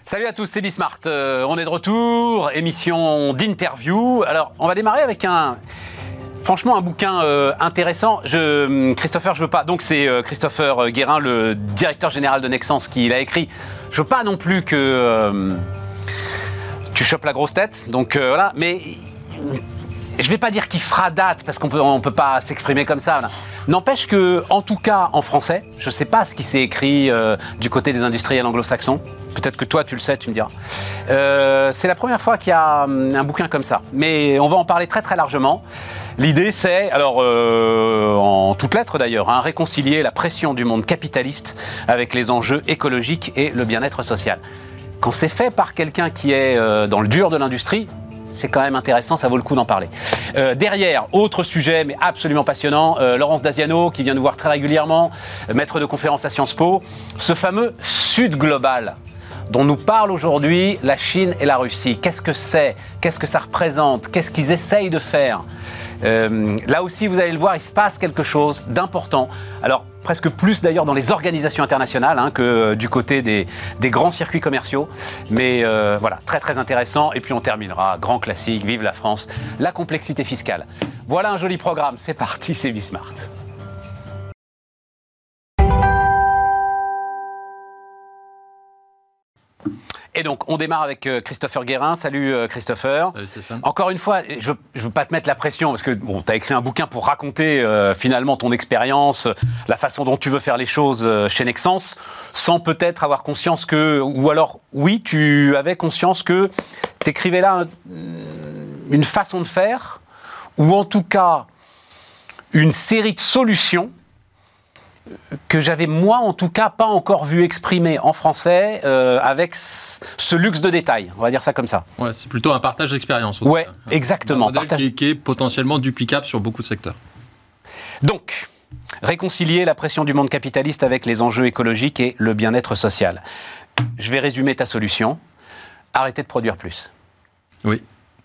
Salut à tous, c'est Bismart. On est de retour, émission d'interview. Alors, on va démarrer avec franchement, un bouquin intéressant. Christopher, je veux pas. Donc, c'est Christopher Guérin, le directeur général de Nexans, qui l'a écrit. Je veux pas non plus que tu chopes la grosse tête. Donc, voilà. Mais je vais pas dire qu'il fera date, parce qu'on peut pas s'exprimer comme ça. Là. N'empêche que, en tout cas, en français, je sais pas ce qui s'est écrit du côté des industriels anglo-saxons. Peut-être que toi, tu le sais, tu me diras. C'est la première fois qu'il y a un bouquin comme ça. Mais on va en parler très très largement. L'idée, c'est, alors en toutes lettres d'ailleurs, réconcilier la pression du monde capitaliste avec les enjeux écologiques et le bien-être social. Quand c'est fait par quelqu'un qui est dans le dur de l'industrie, c'est quand même intéressant, ça vaut le coup d'en parler. Derrière, autre sujet, mais absolument passionnant, Laurence Daziano, qui vient nous voir très régulièrement, maître de conférence à Sciences Po, ce fameux Sud global dont nous parlent aujourd'hui la Chine et la Russie. Qu'est-ce que c'est? Qu'est-ce que ça représente? Qu'est-ce qu'ils essayent de faire? Là aussi, vous allez le voir, il se passe quelque chose d'important. Alors, presque plus d'ailleurs dans les organisations internationales que du côté des grands circuits commerciaux. Mais voilà, très très intéressant. Et puis on terminera, grand classique, vive la France, la complexité fiscale. Voilà un joli programme, c'est parti, c'est Bismart. Et donc, on démarre avec Christopher Guérin. Salut Christopher. Salut Stéphane. Encore une fois, je ne veux pas te mettre la pression, parce que bon, tu as écrit un bouquin pour raconter finalement ton expérience, la façon dont tu veux faire les choses chez Nexans, sans peut-être avoir conscience que, ou alors, oui, tu avais conscience que tu écrivais là une façon de faire, ou en tout cas, une série de solutions que j'avais, moi, en tout cas, pas encore vu exprimer en français avec ce luxe de détail. On va dire ça comme ça. Ouais, c'est plutôt un partage d'expérience. Ouais, exactement. Un modèle qui est potentiellement duplicable sur beaucoup de secteurs. Donc, réconcilier la pression du monde capitaliste avec les enjeux écologiques et le bien-être social. Je vais résumer ta solution. Arrêtez de produire plus. Oui.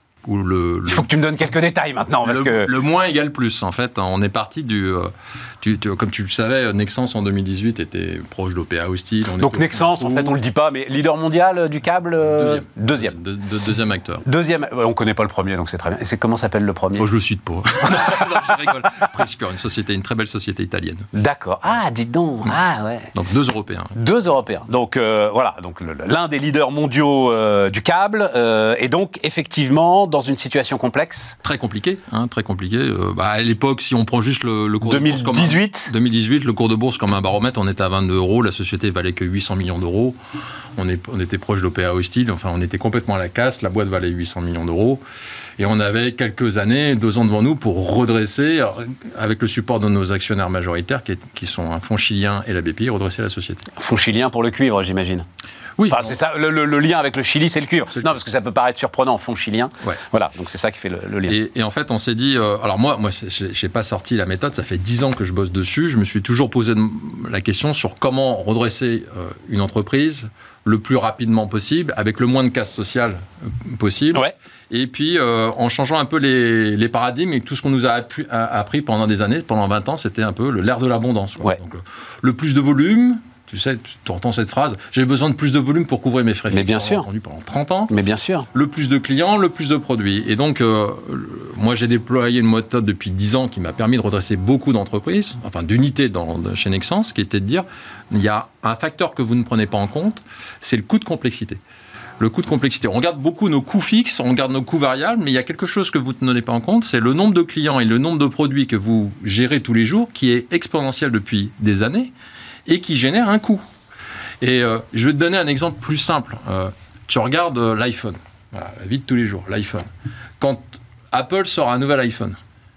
Il faut que tu me donnes quelques détails maintenant. Parce que le moins égale plus, en fait. On est parti du... comme tu le savais, Nexans en 2018 était proche d'OPA Hostile. Donc Nexans, en fait, on ne le dit pas, mais leader mondial du câble. Deuxième. Deuxième acteur. Deuxième. On ne connaît pas le premier, donc c'est très bien. Et comment s'appelle le premier? Je ne le cite pas. Non, je rigole. Principio, une très belle société italienne. D'accord. Ah, dites donc. Ah, ouais. Donc 2 Européens. 2 Européens. Donc voilà, donc l'un des leaders mondiaux du câble. Et donc, effectivement, dans une situation complexe. Très compliqué. Très compliqué. À l'époque, si on prend juste le cours 2018. 2018, le cours de bourse comme un baromètre, on était à 22 €. La société valait que 800 millions d'euros. On était proche d'OPA Hostile. Enfin, on était complètement à la casse. La boîte valait 800 millions d'euros. Et on avait quelques années, 2 ans devant nous pour redresser, avec le support de nos actionnaires majoritaires, qui sont un fonds chilien et la BPI, redresser la société. Fonds chilien pour le cuivre, j'imagine. Oui. Enfin, c'est ça, le lien avec le Chili, c'est le cuivre. Non, parce que ça peut paraître surprenant, fonds chilien. Ouais. Voilà, donc c'est ça qui fait le lien. Et en fait, on s'est dit... alors moi je n'ai pas sorti la méthode, ça fait 10 ans que je bosse dessus. Je me suis toujours posé la question sur comment redresser une entreprise le plus rapidement possible, avec le moins de casse sociale possible. Ouais. Et puis, en changeant un peu les paradigmes et tout ce qu'on nous a appris pendant des années, pendant 20 ans, c'était un peu l'ère de l'abondance. Ouais. Donc, le plus de volume... Tu sais, tu entends cette phrase, j'ai besoin de plus de volume pour couvrir mes frais fixes. Mais bien sûr. Entendu pendant 30 ans. Mais bien sûr. Le plus de clients, le plus de produits. Et donc, moi, j'ai déployé une méthode depuis 10 ans qui m'a permis de redresser beaucoup d'entreprises, enfin d'unités chez Nexans, qui était de dire, il y a un facteur que vous ne prenez pas en compte, c'est le coût de complexité. Le coût de complexité. On regarde beaucoup nos coûts fixes, on regarde nos coûts variables, mais il y a quelque chose que vous ne tenez pas en compte, c'est le nombre de clients et le nombre de produits que vous gérez tous les jours, qui est exponentiel depuis des années, et qui génère un coût. Et je vais te donner un exemple plus simple. Tu regardes l'iPhone, voilà, la vie de tous les jours, l'iPhone. Quand Apple sort un nouvel iPhone,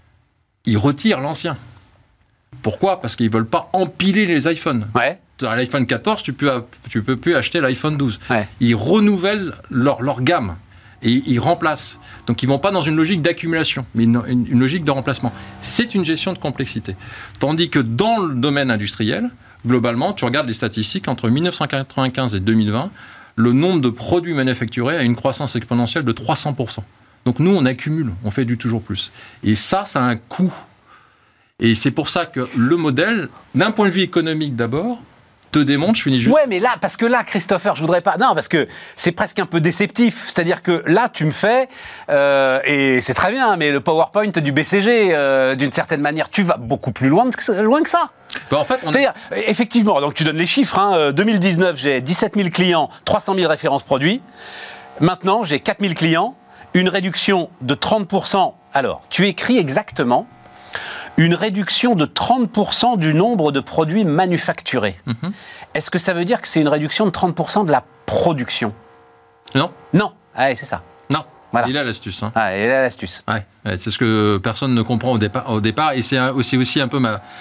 ils retirent l'ancien. Pourquoi? Parce qu'ils ne veulent pas empiler les iPhones. Ouais. À l'iPhone 14, tu peux plus acheter l'iPhone 12. Ouais. Ils renouvellent leur gamme et ils remplacent. Donc ils ne vont pas dans une logique d'accumulation, mais une logique de remplacement. C'est une gestion de complexité. Tandis que dans le domaine industriel, globalement, tu regardes les statistiques, entre 1995 et 2020, le nombre de produits manufacturés a une croissance exponentielle de 300%. Donc nous, on accumule, on fait du toujours plus. Et ça a un coût. Et c'est pour ça que le modèle, d'un point de vue économique d'abord, te démontre, je finis juste... Ouais, mais là, parce que là, Christopher, je voudrais pas... Non, parce que c'est presque un peu déceptif. C'est-à-dire que là, tu me fais... et c'est très bien, mais le PowerPoint du BCG, d'une certaine manière, tu vas beaucoup plus loin que ça. Bah, en fait, c'est-à-dire, effectivement, donc tu donnes les chiffres. Hein, 2019, j'ai 17 000 clients, 300 000 références produits. Maintenant, j'ai 4 000 clients, une réduction de 30%. Alors, tu écris exactement... une réduction de 30% du nombre de produits manufacturés. Mmh. Est-ce que ça veut dire que c'est une réduction de 30% de la production ? Non. Non. Ah, c'est ça. Non. Voilà. Il a l'astuce. Hein. Ah, il a l'astuce. Ouais. C'est ce que personne ne comprend au départ. Et c'est aussi un peu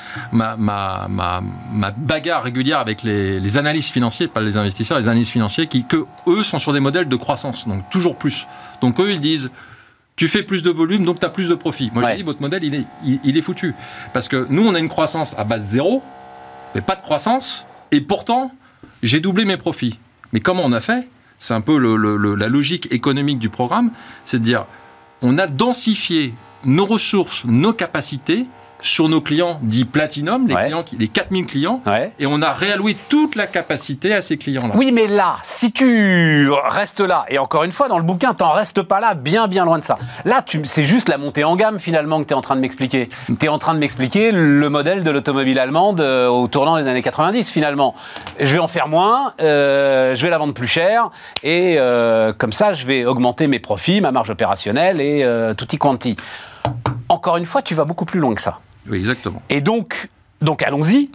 ma bagarre régulière avec les analystes financiers, pas les investisseurs, les analystes financiers, qui, eux, sont sur des modèles de croissance, donc toujours plus. Donc eux, ils disent... Tu fais plus de volume, donc tu as plus de profit. Moi, je dis, votre modèle, il est foutu. Parce que nous, on a une croissance à base zéro, mais pas de croissance, et pourtant, j'ai doublé mes profits. Mais comment on a fait ? C'est un peu la logique économique du programme, c'est de dire, on a densifié nos ressources, nos capacités, sur nos clients dits Platinum, les 4000 clients, et on a réalloué toute la capacité à ces clients-là. Oui, mais là, si tu restes là, et encore une fois, dans le bouquin, t'en restes pas là, bien loin de ça. Là, c'est juste la montée en gamme, finalement, que tu es en train de m'expliquer. Tu es en train de m'expliquer le modèle de l'automobile allemande au tournant des années 90, finalement. Je vais en faire moins, je vais la vendre plus cher, et comme ça, je vais augmenter mes profits, ma marge opérationnelle, et tutti quanti. Encore une fois, tu vas beaucoup plus loin que ça. Oui, exactement. Et donc allons-y.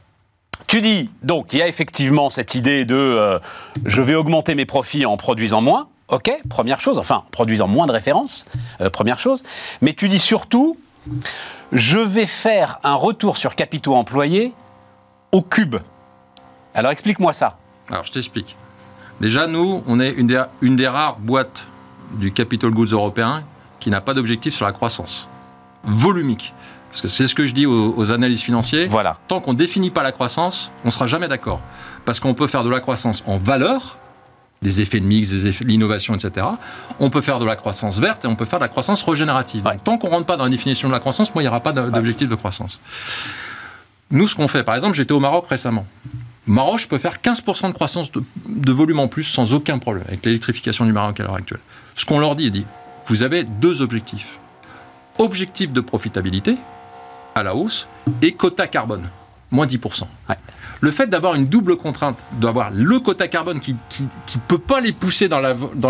Tu dis, donc, il y a effectivement cette idée de je vais augmenter mes profits en produisant moins. OK, première chose. Enfin, en produisant moins de références, première chose. Mais tu dis surtout, je vais faire un retour sur capitaux employés au cube. Alors, explique-moi ça. Alors, je t'explique. Déjà, nous, on est une des rares boîtes du capital goods européen qui n'a pas d'objectif sur la croissance volumique. Parce que c'est ce que je dis aux analystes financiers. Voilà. Tant qu'on ne définit pas la croissance, on ne sera jamais d'accord. Parce qu'on peut faire de la croissance en valeur, des effets de mix, des effets, l'innovation, etc. On peut faire de la croissance verte et on peut faire de la croissance régénérative. Ouais. Donc, tant qu'on ne rentre pas dans la définition de la croissance, moi, il n'y aura pas d'objectif de croissance. Nous, ce qu'on fait, par exemple, j'étais au Maroc récemment. Maroc, je peux faire 15% de croissance de volume en plus sans aucun problème avec l'électrification du Maroc à l'heure actuelle. Ce qu'on leur dit, vous avez deux objectifs. Objectif de profitabilité, à la hausse, et quota carbone, moins 10%. Ouais. Le fait d'avoir une double contrainte, d'avoir le quota carbone qui ne peut pas les pousser dans la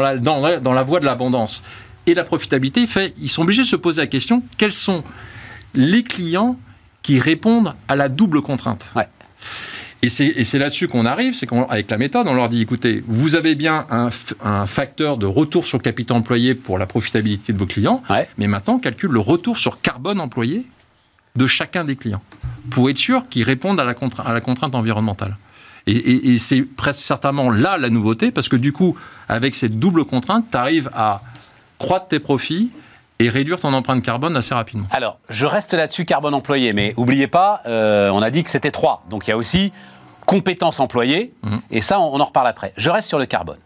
voie de l'abondance, et la profitabilité, ils sont obligés de se poser la question, quels sont les clients qui répondent à la double contrainte. Ouais. Et c'est là-dessus qu'on arrive, c'est qu'avec la méthode, on leur dit, écoutez, vous avez bien un facteur de retour sur capital employé pour la profitabilité de vos clients, ouais. Mais maintenant, on calcule le retour sur carbone employé de chacun des clients, pour être sûr qu'ils répondent à la contrainte environnementale. Et c'est presque certainement là la nouveauté, parce que du coup, avec cette double contrainte, tu arrives à croître tes profits et réduire ton empreinte carbone assez rapidement. Alors, je reste là-dessus, carbone employé, mais n'oubliez pas, on a dit que c'était 3. Donc il y a aussi compétences employées, et ça, on en reparle après. Je reste sur le carbone.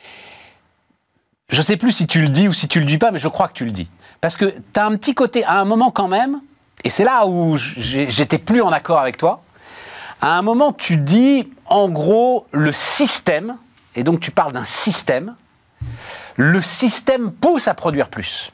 Je ne sais plus si tu le dis ou si tu le dis pas, mais je crois que tu le dis. Parce que tu as un petit côté, à un moment quand même, et c'est là où j'étais plus en accord avec toi, à un moment tu dis, en gros, le système, et donc tu parles d'un système, le système pousse à produire plus.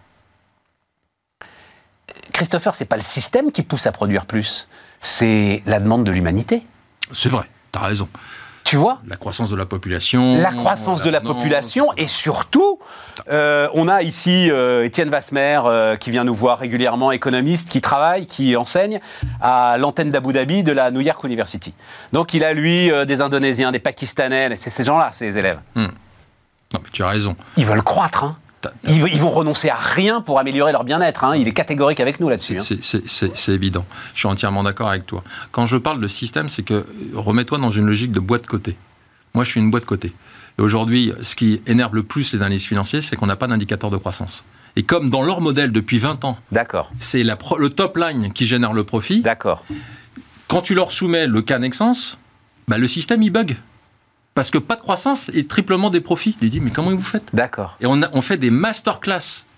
Christopher, c'est pas le système qui pousse à produire plus, c'est la demande de l'humanité. C'est vrai, t'as raison. Tu vois ? La croissance de la population. La croissance de la population, et surtout, on a ici Étienne Vasmer qui vient nous voir régulièrement, économiste, qui travaille, qui enseigne à l'antenne d'Abu Dhabi de la New York University. Donc il a, lui, des Indonésiens, des Pakistanais, c'est ces gens-là, ces élèves. Non, mais tu as raison. Ils veulent croître, hein. Ils vont renoncer à rien pour améliorer leur bien-être. Hein. Il est catégorique avec nous là-dessus. C'est évident. Je suis entièrement d'accord avec toi. Quand je parle de système, c'est que remets-toi dans une logique de boîte cotée. Moi, je suis une boîte cotée. Et aujourd'hui, ce qui énerve le plus les analystes financiers, c'est qu'on n'a pas d'indicateur de croissance. Et comme dans leur modèle depuis 20 ans, c'est le top line qui génère le profit. D'accord. Quand tu leur soumets le cas Nexens, le système, il bug. Parce que pas de croissance et triplement des profits. Il dit, mais comment vous faites ? D'accord. Et on fait des masterclass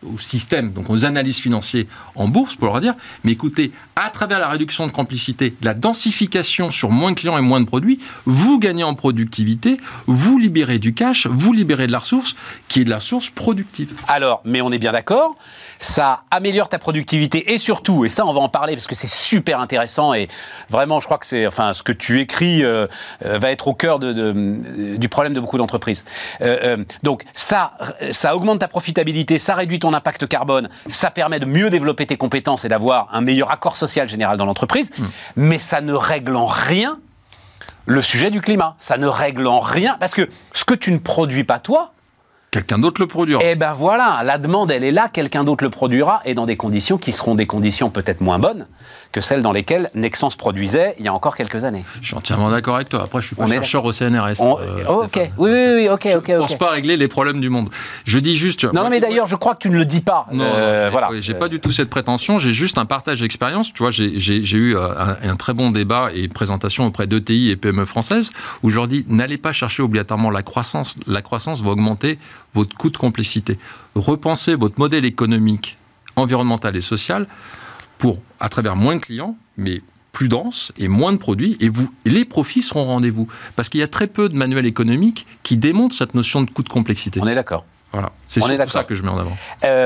au système, donc aux analyses financiers en bourse, pour leur dire, mais écoutez, à travers la réduction de complicité, la densification sur moins de clients et moins de produits, vous gagnez en productivité, vous libérez du cash, vous libérez de la ressource, qui est de la ressource productive. Alors, mais on est bien d'accord, ça améliore ta productivité et surtout, et ça on va en parler parce que c'est super intéressant et vraiment je crois que c'est, enfin ce que tu écris va être au cœur du problème de beaucoup d'entreprises. Donc ça augmente ta profitabilité, ça réduit ton impact carbone, ça permet de mieux développer tes compétences et d'avoir un meilleur accord social général dans l'entreprise, mais ça ne règle en rien le sujet du climat. Ça ne règle en rien, parce que ce que tu ne produis pas toi, quelqu'un d'autre le produira. Eh ben voilà, la demande elle est là, quelqu'un d'autre le produira et dans des conditions qui seront des conditions peut-être moins bonnes que celles dans lesquelles Nexans produisait il y a encore quelques années. Je suis entièrement d'accord avec toi. Après, je suis pas chercheur au CNRS. Ok, oui, ok. Je ne pense pas régler les problèmes du monde. Je dis juste... Non, mais d'ailleurs, je crois que tu ne le dis pas. Non, voilà. J'ai pas du tout cette prétention. J'ai juste un partage d'expérience. Tu vois, j'ai eu un très bon débat et une présentation auprès d'ETI et PME françaises où je leur dis, n'allez pas chercher obligatoirement la croissance. La croissance va augmenter votre coût de complicité. Repensez votre modèle économique, environnemental et social pour, à travers moins de clients, mais plus dense et moins de produits, et les profits seront au rendez-vous. Parce qu'il y a très peu de manuels économiques qui démontrent cette notion de coût de complexité. On est d'accord. Voilà, c'est surtout ça que je mets en avant.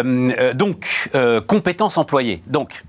Donc, compétences employées. Donc,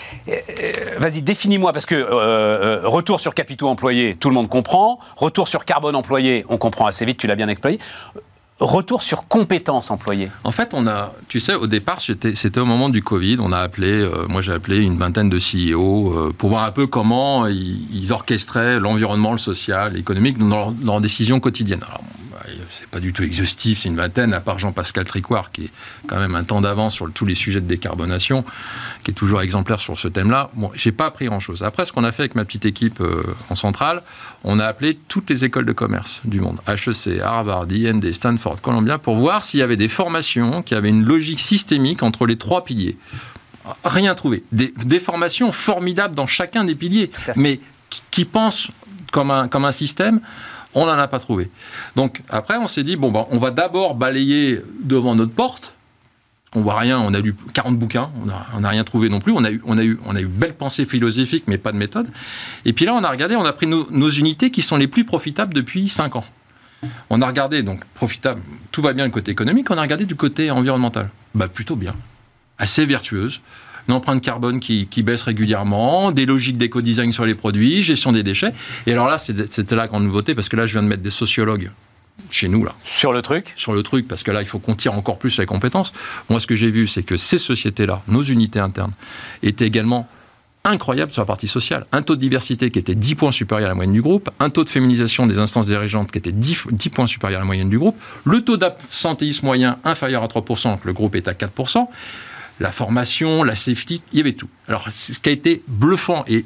vas-y, définis-moi, parce que retour sur capitaux employés, tout le monde comprend. Retour sur carbone employé, on comprend assez vite, tu l'as bien expliqué. Retour sur compétences employées. En fait, tu sais, au départ, c'était au moment du Covid, on a appelé, moi j'ai appelé une vingtaine de CEO pour voir un peu comment ils orchestraient l'environnement, le social, l'économique dans leurs décisions quotidiennes. Alors, c'est pas du tout exhaustif, c'est une vingtaine, à part Jean-Pascal Tricoire, qui est quand même un temps d'avance sur tous les sujets de décarbonation, qui est toujours exemplaire sur ce thème-là. Bon, j'ai pas appris grand-chose. Après, ce qu'on a fait avec ma petite équipe en centrale, on a appelé toutes les écoles de commerce du monde, HEC, Harvard, IND, Stanford, Columbia, pour voir s'il y avait des formations qui avaient une logique systémique entre les trois piliers. Rien trouvé. Des formations formidables dans chacun des piliers, mais qui pensent comme un système. On n'en a pas trouvé. Donc, après, on s'est dit, on va d'abord balayer devant notre porte. On voit rien, on a lu 40 bouquins, on n'a rien trouvé non plus. On a eu belle pensée philosophique, mais pas de méthode. Et puis là, on a regardé, on a pris nos unités qui sont les plus profitables depuis 5 ans. On a regardé, donc, profitable, tout va bien du côté économique, on a regardé du côté environnemental. Plutôt bien. Assez vertueuse. Une empreinte carbone qui baisse régulièrement, des logiques d'éco-design sur les produits, gestion des déchets. Et alors là, c'était la grande nouveauté, parce que là, je viens de mettre des sociologues chez nous, là. Sur le truc ? Sur le truc, parce que là, il faut qu'on tire encore plus sur les compétences. Moi, ce que j'ai vu, c'est que ces sociétés-là, nos unités internes, étaient également incroyables sur la partie sociale. Un taux de diversité qui était 10 points supérieur à la moyenne du groupe, un taux de féminisation des instances dirigeantes qui était 10 points supérieur à la moyenne du groupe, le taux d'absentéisme moyen inférieur à 3%, le groupe est à 4%, la formation, la safety, il y avait tout. Alors, ce qui a été bluffant et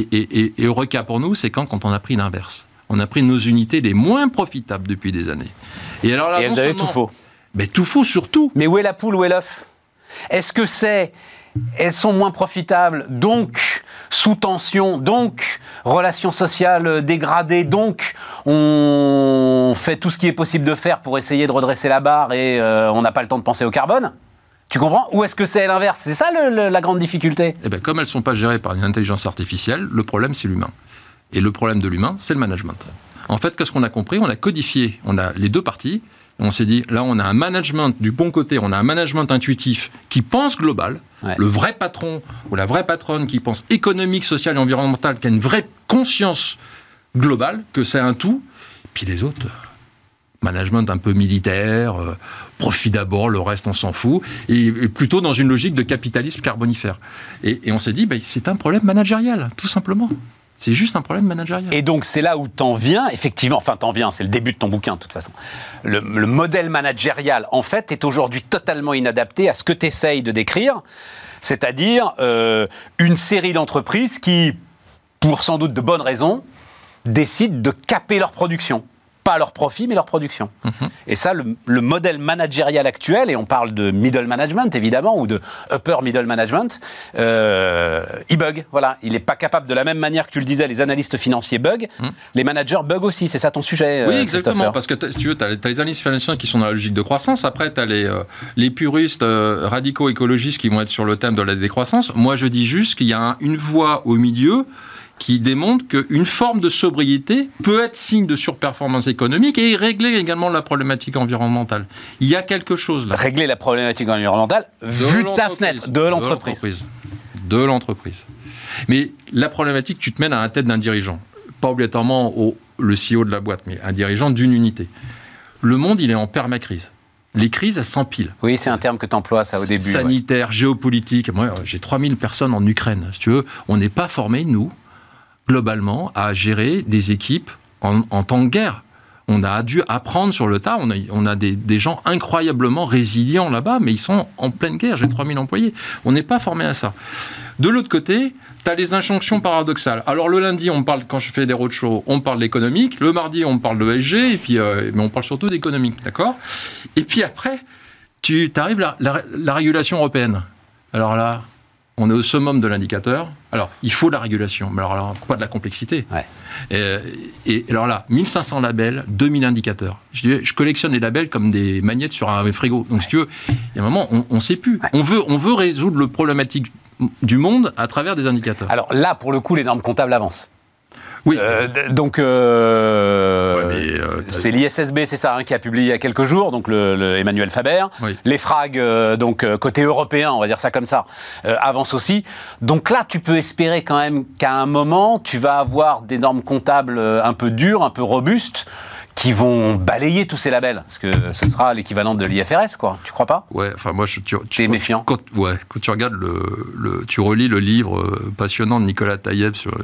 eureka pour nous, c'est quand on a pris l'inverse. On a pris nos unités les moins profitables depuis des années. Et alors là, elles avaient tout faux. Mais tout faux surtout. Mais où est la poule, où est l'œuf ? Est-ce que elles sont moins profitables, donc sous tension, donc relations sociales dégradées, donc on fait tout ce qui est possible de faire pour essayer de redresser la barre et on n'a pas le temps de penser au carbone ? Tu comprends ? Ou est-ce que c'est l'inverse ? C'est ça la grande difficulté ? Eh bien, comme elles ne sont pas gérées par une intelligence artificielle, le problème, c'est l'humain. Et le problème de l'humain, c'est le management. En fait, qu'est-ce qu'on a compris ? On a codifié, on a les deux parties. On s'est dit, là, on a un management du bon côté, on a un management intuitif qui pense global. Ouais. Le vrai patron ou la vraie patronne qui pense économique, social et environnemental, qui a une vraie conscience globale, que c'est un tout. Et puis les autres... management un peu militaire, profit d'abord, le reste on s'en fout, et plutôt dans une logique de capitalisme carbonifère. Et on s'est dit, c'est un problème managérial, tout simplement. C'est juste un problème managérial. Et donc c'est là où t'en viens, effectivement, c'est le début de ton bouquin de toute façon. Le modèle managérial, en fait, est aujourd'hui totalement inadapté à ce que tu essayes de décrire, c'est-à-dire une série d'entreprises qui, pour sans doute de bonnes raisons, décident de caper leur production. pas leur profit, mais leur production. Et ça, le modèle managérial actuel, et on parle de middle management, évidemment, ou de upper middle management, il bug. Voilà. Il n'est pas capable, de la même manière que tu le disais, les analystes financiers bug, les managers bug aussi. C'est ça ton sujet, Oui, exactement. Parce que, si tu veux, tu as les analystes financiers qui sont dans la logique de croissance. Après, tu as les puristes radicaux écologistes qui vont être sur le thème de la décroissance. Moi, je dis juste qu'il y a une voie au milieu qui démontre qu'une forme de sobriété peut être signe de surperformance économique et régler également la problématique environnementale. Il y a quelque chose là. Régler la problématique environnementale vu de ta fenêtre, de l'entreprise. De l'entreprise. Mais la problématique, tu te mènes à la tête d'un dirigeant. Pas obligatoirement le CEO de la boîte, mais un dirigeant d'une unité. Le monde, il est en permacrise. Les crises, elles s'empilent. Oui, c'est un terme que tu emploies, ça, au début. Sanitaire, géopolitique. Moi, j'ai 3000 personnes en Ukraine. Si tu veux, on n'est pas formés, nous, globalement, à gérer des équipes en temps de guerre. On a dû apprendre sur le tas. On a des gens incroyablement résilients là-bas, mais ils sont en pleine guerre. J'ai 3000 employés. On n'est pas formés à ça. De l'autre côté, tu as les injonctions paradoxales. Alors le lundi, on parle, quand je fais des roadshows, on parle d'économique. Le mardi, on parle de ESG, et puis, mais on parle surtout d'économique, d'accord ? Et puis après, tu arrives la régulation européenne. Alors là, on est au summum de l'indicateur. Alors, il faut de la régulation, mais alors là, pas de la complexité. Ouais. Et alors là, 1500 labels, 2000 indicateurs. Je collectionne les labels comme des magnettes sur un frigo. Donc, si tu veux, il y a un moment, on ne sait plus. Ouais. On veut résoudre le problématique du monde à travers des indicateurs. Alors là, pour le coup, les normes comptables avancent. Oui. C'est l'ISSB, c'est ça, qui a publié il y a quelques jours, donc le Emmanuel Faber. Oui. Les FRAG, côté européen, on va dire ça comme ça, avancent aussi. Donc là, tu peux espérer quand même qu'à un moment, tu vas avoir des normes comptables un peu dures, un peu robustes, qui vont balayer tous ces labels, parce que ce sera l'équivalent de l'IFRS, quoi. Tu crois pas ? Ouais, enfin moi, t'es méfiant. Quand tu regardes tu relis le livre passionnant de Nicolas Taïeb sur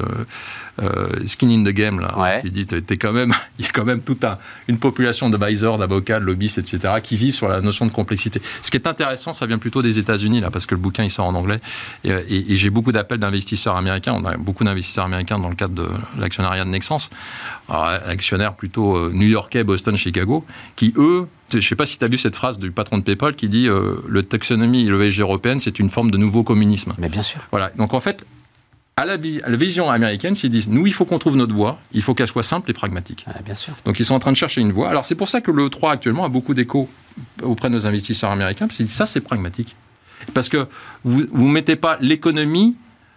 Skin in the Game, là. Ouais. Tu dis, il y a quand même toute une population d'advisors, d'avocats, de lobbyistes, etc., qui vivent sur la notion de complexité. Ce qui est intéressant, ça vient plutôt des États-Unis, là, parce que le bouquin il sort en anglais, et j'ai beaucoup d'appels d'investisseurs américains. On a beaucoup d'investisseurs américains dans le cadre de l'actionnariat de Nexans. Alors, actionnaires plutôt new-yorkais, Boston, Chicago, qui, eux, je ne sais pas si tu as vu cette phrase du patron de PayPal qui dit le taxonomie et le ESG européenne, c'est une forme de nouveau communisme. Mais bien sûr. Voilà. Donc en fait, à la vision américaine, ils disent nous, il faut qu'on trouve notre voie, il faut qu'elle soit simple et pragmatique. Ah, bien sûr. Donc ils sont en train de chercher une voie. Alors c'est pour ça que le E3 actuellement a beaucoup d'écho auprès de nos investisseurs américains, parce qu'ils disent ça, c'est pragmatique. Parce que vous ne mettez pas l'économie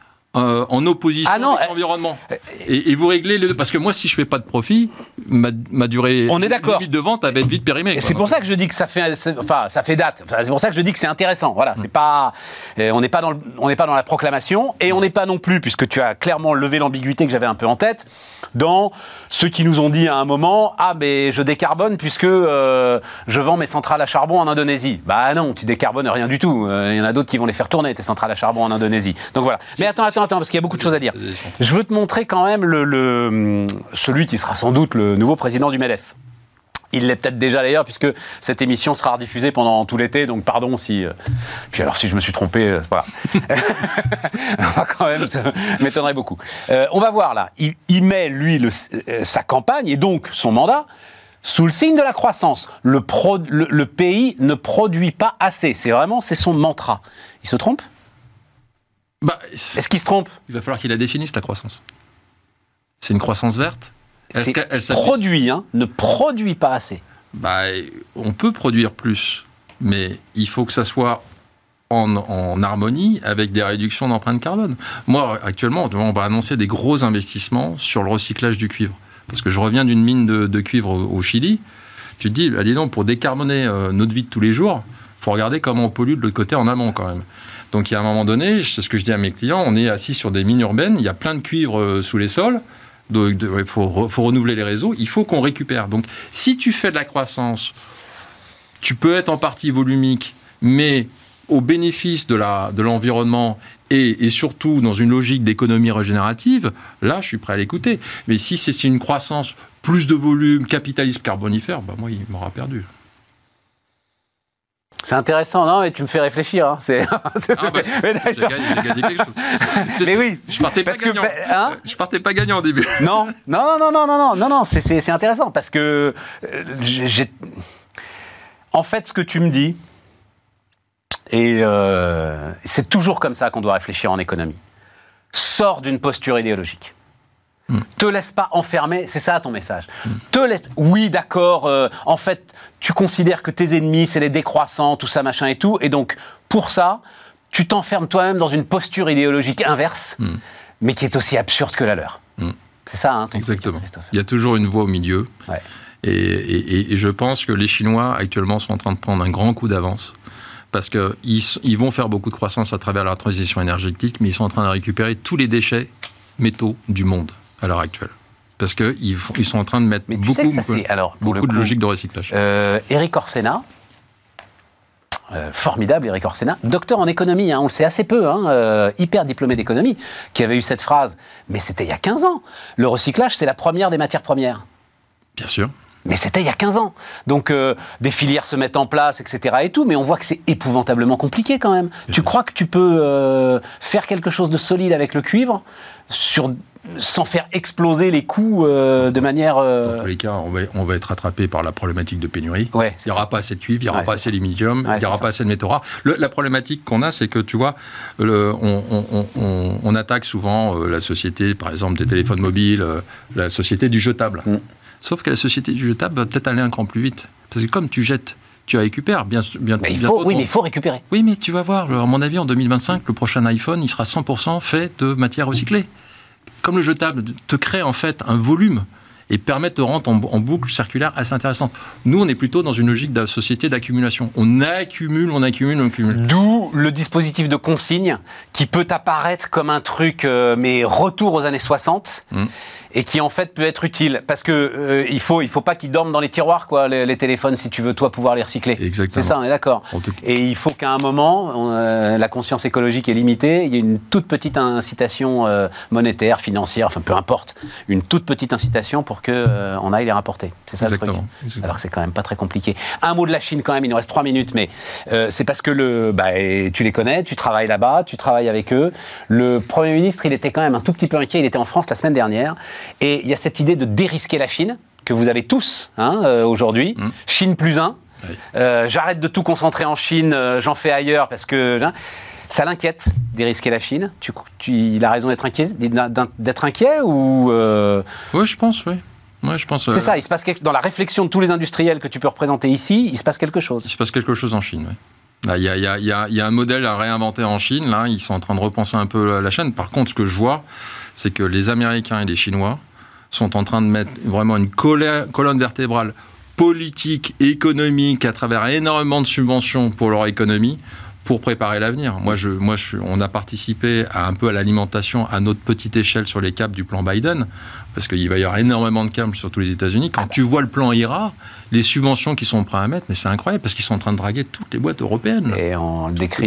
en opposition avec l'environnement. Et vous réglez les deux. Parce que moi, si je ne fais pas de profit, ma durée limite de vente va être vite périmée. C'est pour ça que je dis que ça fait date. C'est pour ça que je dis que c'est intéressant. Voilà, c'est pas, on n'est pas dans la proclamation, et on n'est pas non plus, puisque tu as clairement levé l'ambiguïté que j'avais un peu en tête, dans ceux qui nous ont dit à un moment, mais je décarbone puisque je vends mes centrales à charbon en Indonésie. Bah non, tu décarbones rien du tout. Il y en a d'autres qui vont les faire tourner, tes centrales à charbon en Indonésie. Donc voilà. Mais attends, parce qu'il y a beaucoup de choses à dire. Je veux te montrer quand même celui qui sera sans doute le nouveau président du MEDEF. Il l'est peut-être déjà d'ailleurs, puisque cette émission sera rediffusée pendant tout l'été, donc pardon si... Puis alors si je me suis trompé, c'est pas grave. Quand même, ça m'étonnerait beaucoup. On va voir là, il met lui sa campagne, et donc son mandat, sous le signe de la croissance. Le pays ne produit pas assez, c'est son mantra. Il se trompe ? Est-ce qu'il se trompe ? Il va falloir qu'il la définisse, la croissance. C'est une croissance verte ? Ne produit pas assez. On peut produire plus, mais il faut que ça soit en harmonie avec des réductions d'empreinte carbone. Moi, actuellement, on va annoncer des gros investissements sur le recyclage du cuivre. Parce que je reviens d'une mine de cuivre au Chili. Tu te dis, dis donc, pour décarboner notre vie de tous les jours, il faut regarder comment on pollue de l'autre côté en amont quand même. Donc, il y a un moment donné, c'est ce que je dis à mes clients, on est assis sur des mines urbaines, il y a plein de cuivre sous les sols. Il faut renouveler les réseaux, il faut qu'on récupère. Donc, si tu fais de la croissance, tu peux être en partie volumique, mais au bénéfice de l'environnement et surtout dans une logique d'économie régénérative, là, je suis prêt à l'écouter. Mais si c'est une croissance, plus de volume, capitalisme carbonifère, moi, il m'aura perdu. C'est intéressant, non? Mais tu me fais réfléchir. Hein. J'ai gagné quelque chose. Mais oui. Je partais pas gagnant. Je partais pas gagnant au début. Non, c'est intéressant parce que en fait, ce que tu me dis, et c'est toujours comme ça qu'on doit réfléchir en économie. Sors d'une posture idéologique. Te laisse pas enfermer, c'est ça ton message. Oui, d'accord, en fait, tu considères que tes ennemis, c'est les décroissants, tout ça, machin et tout, et donc, pour ça, tu t'enfermes toi-même dans une posture idéologique inverse, mais qui est aussi absurde que la leur. C'est ça, hein, ton Exactement. truc, Christophe. Il y a toujours une voie au milieu. Ouais. Et je pense que les Chinois, actuellement, sont en train de prendre un grand coup d'avance. Parce qu'ils vont faire beaucoup de croissance à travers la transition énergétique, mais ils sont en train de récupérer tous les déchets métaux du monde à l'heure actuelle. Parce qu'ils sont en train de mettre beaucoup de logique de recyclage. Éric Orsena, formidable Éric Orsena, docteur en économie, hein, on le sait assez peu, hyper diplômé d'économie, qui avait eu cette phrase, mais c'était il y a 15 ans. Le recyclage, c'est la première des matières premières. Bien sûr. Mais c'était il y a 15 ans. Donc, des filières se mettent en place, etc. et tout, mais on voit que c'est épouvantablement compliqué quand même. Tu crois que tu peux faire quelque chose de solide avec le cuivre sans faire exploser les coûts de manière... Dans tous les cas, on va être rattrapé par la problématique de pénurie. Ouais, il n'y aura pas assez de cuivre, il n'y aura pas assez d'aluminium, il n'y aura pas assez de métaux rares. La problématique qu'on a, c'est que, tu vois, on attaque souvent la société, par exemple, des téléphones mobiles, la société du jetable. Sauf que la société du jetable va peut-être aller un cran plus vite. Parce que comme tu jettes, tu récupères bien. Mais il faut récupérer. Oui, mais tu vas voir, à mon avis, en 2025, le prochain iPhone, il sera 100% fait de matière recyclée. Comme le jetable te crée en fait un volume et permet de te rendre en boucle circulaire assez intéressante. Nous, on est plutôt dans une logique de société d'accumulation. On accumule. D'où le dispositif de consigne qui peut apparaître comme un truc, mais retour aux années 60. Et qui en fait peut être utile parce que il faut pas qu'ils dorment dans les tiroirs quoi les téléphones si tu veux toi pouvoir les recycler. Exactement. C'est ça, on est d'accord. Et il faut qu'à un moment la conscience écologique est limitée, il y a une toute petite incitation monétaire, financière, enfin peu importe, une toute petite incitation pour que on aille les rapporter. C'est ça le truc. Exactement. Alors que c'est quand même pas très compliqué. Un mot de la Chine quand même, il nous reste 3 minutes, mais c'est parce que tu les connais, tu travailles là-bas, tu travailles avec eux. Le Premier ministre, il était quand même un tout petit peu inquiet, il était en France la semaine dernière. Et il y a cette idée de dérisquer la Chine, que vous avez tous aujourd'hui. Chine plus 1. Oui. J'arrête de tout concentrer en Chine, j'en fais ailleurs, parce que ça l'inquiète, dérisquer la Chine. Il a raison d'être inquiet ou Oui, je pense, oui. Ouais, je pense, c'est ça, il se passe dans la réflexion de tous les industriels que tu peux représenter ici, il se passe quelque chose. Il se passe quelque chose en Chine, oui. Là, il y a un modèle à réinventer en Chine, là, ils sont en train de repenser un peu la chaîne. Par contre, ce que je vois, c'est que les Américains et les Chinois sont en train de mettre vraiment une colonne vertébrale politique, économique, à travers énormément de subventions pour leur économie, pour préparer l'avenir. On a participé un peu à l'alimentation à notre petite échelle sur les câbles du plan Biden, parce qu'il va y avoir énormément de câbles sur tous les États-Unis. Quand tu vois le plan IRA, les subventions qu'ils sont prêts à mettre, mais c'est incroyable, parce qu'ils sont en train de draguer toutes les boîtes européennes. Et on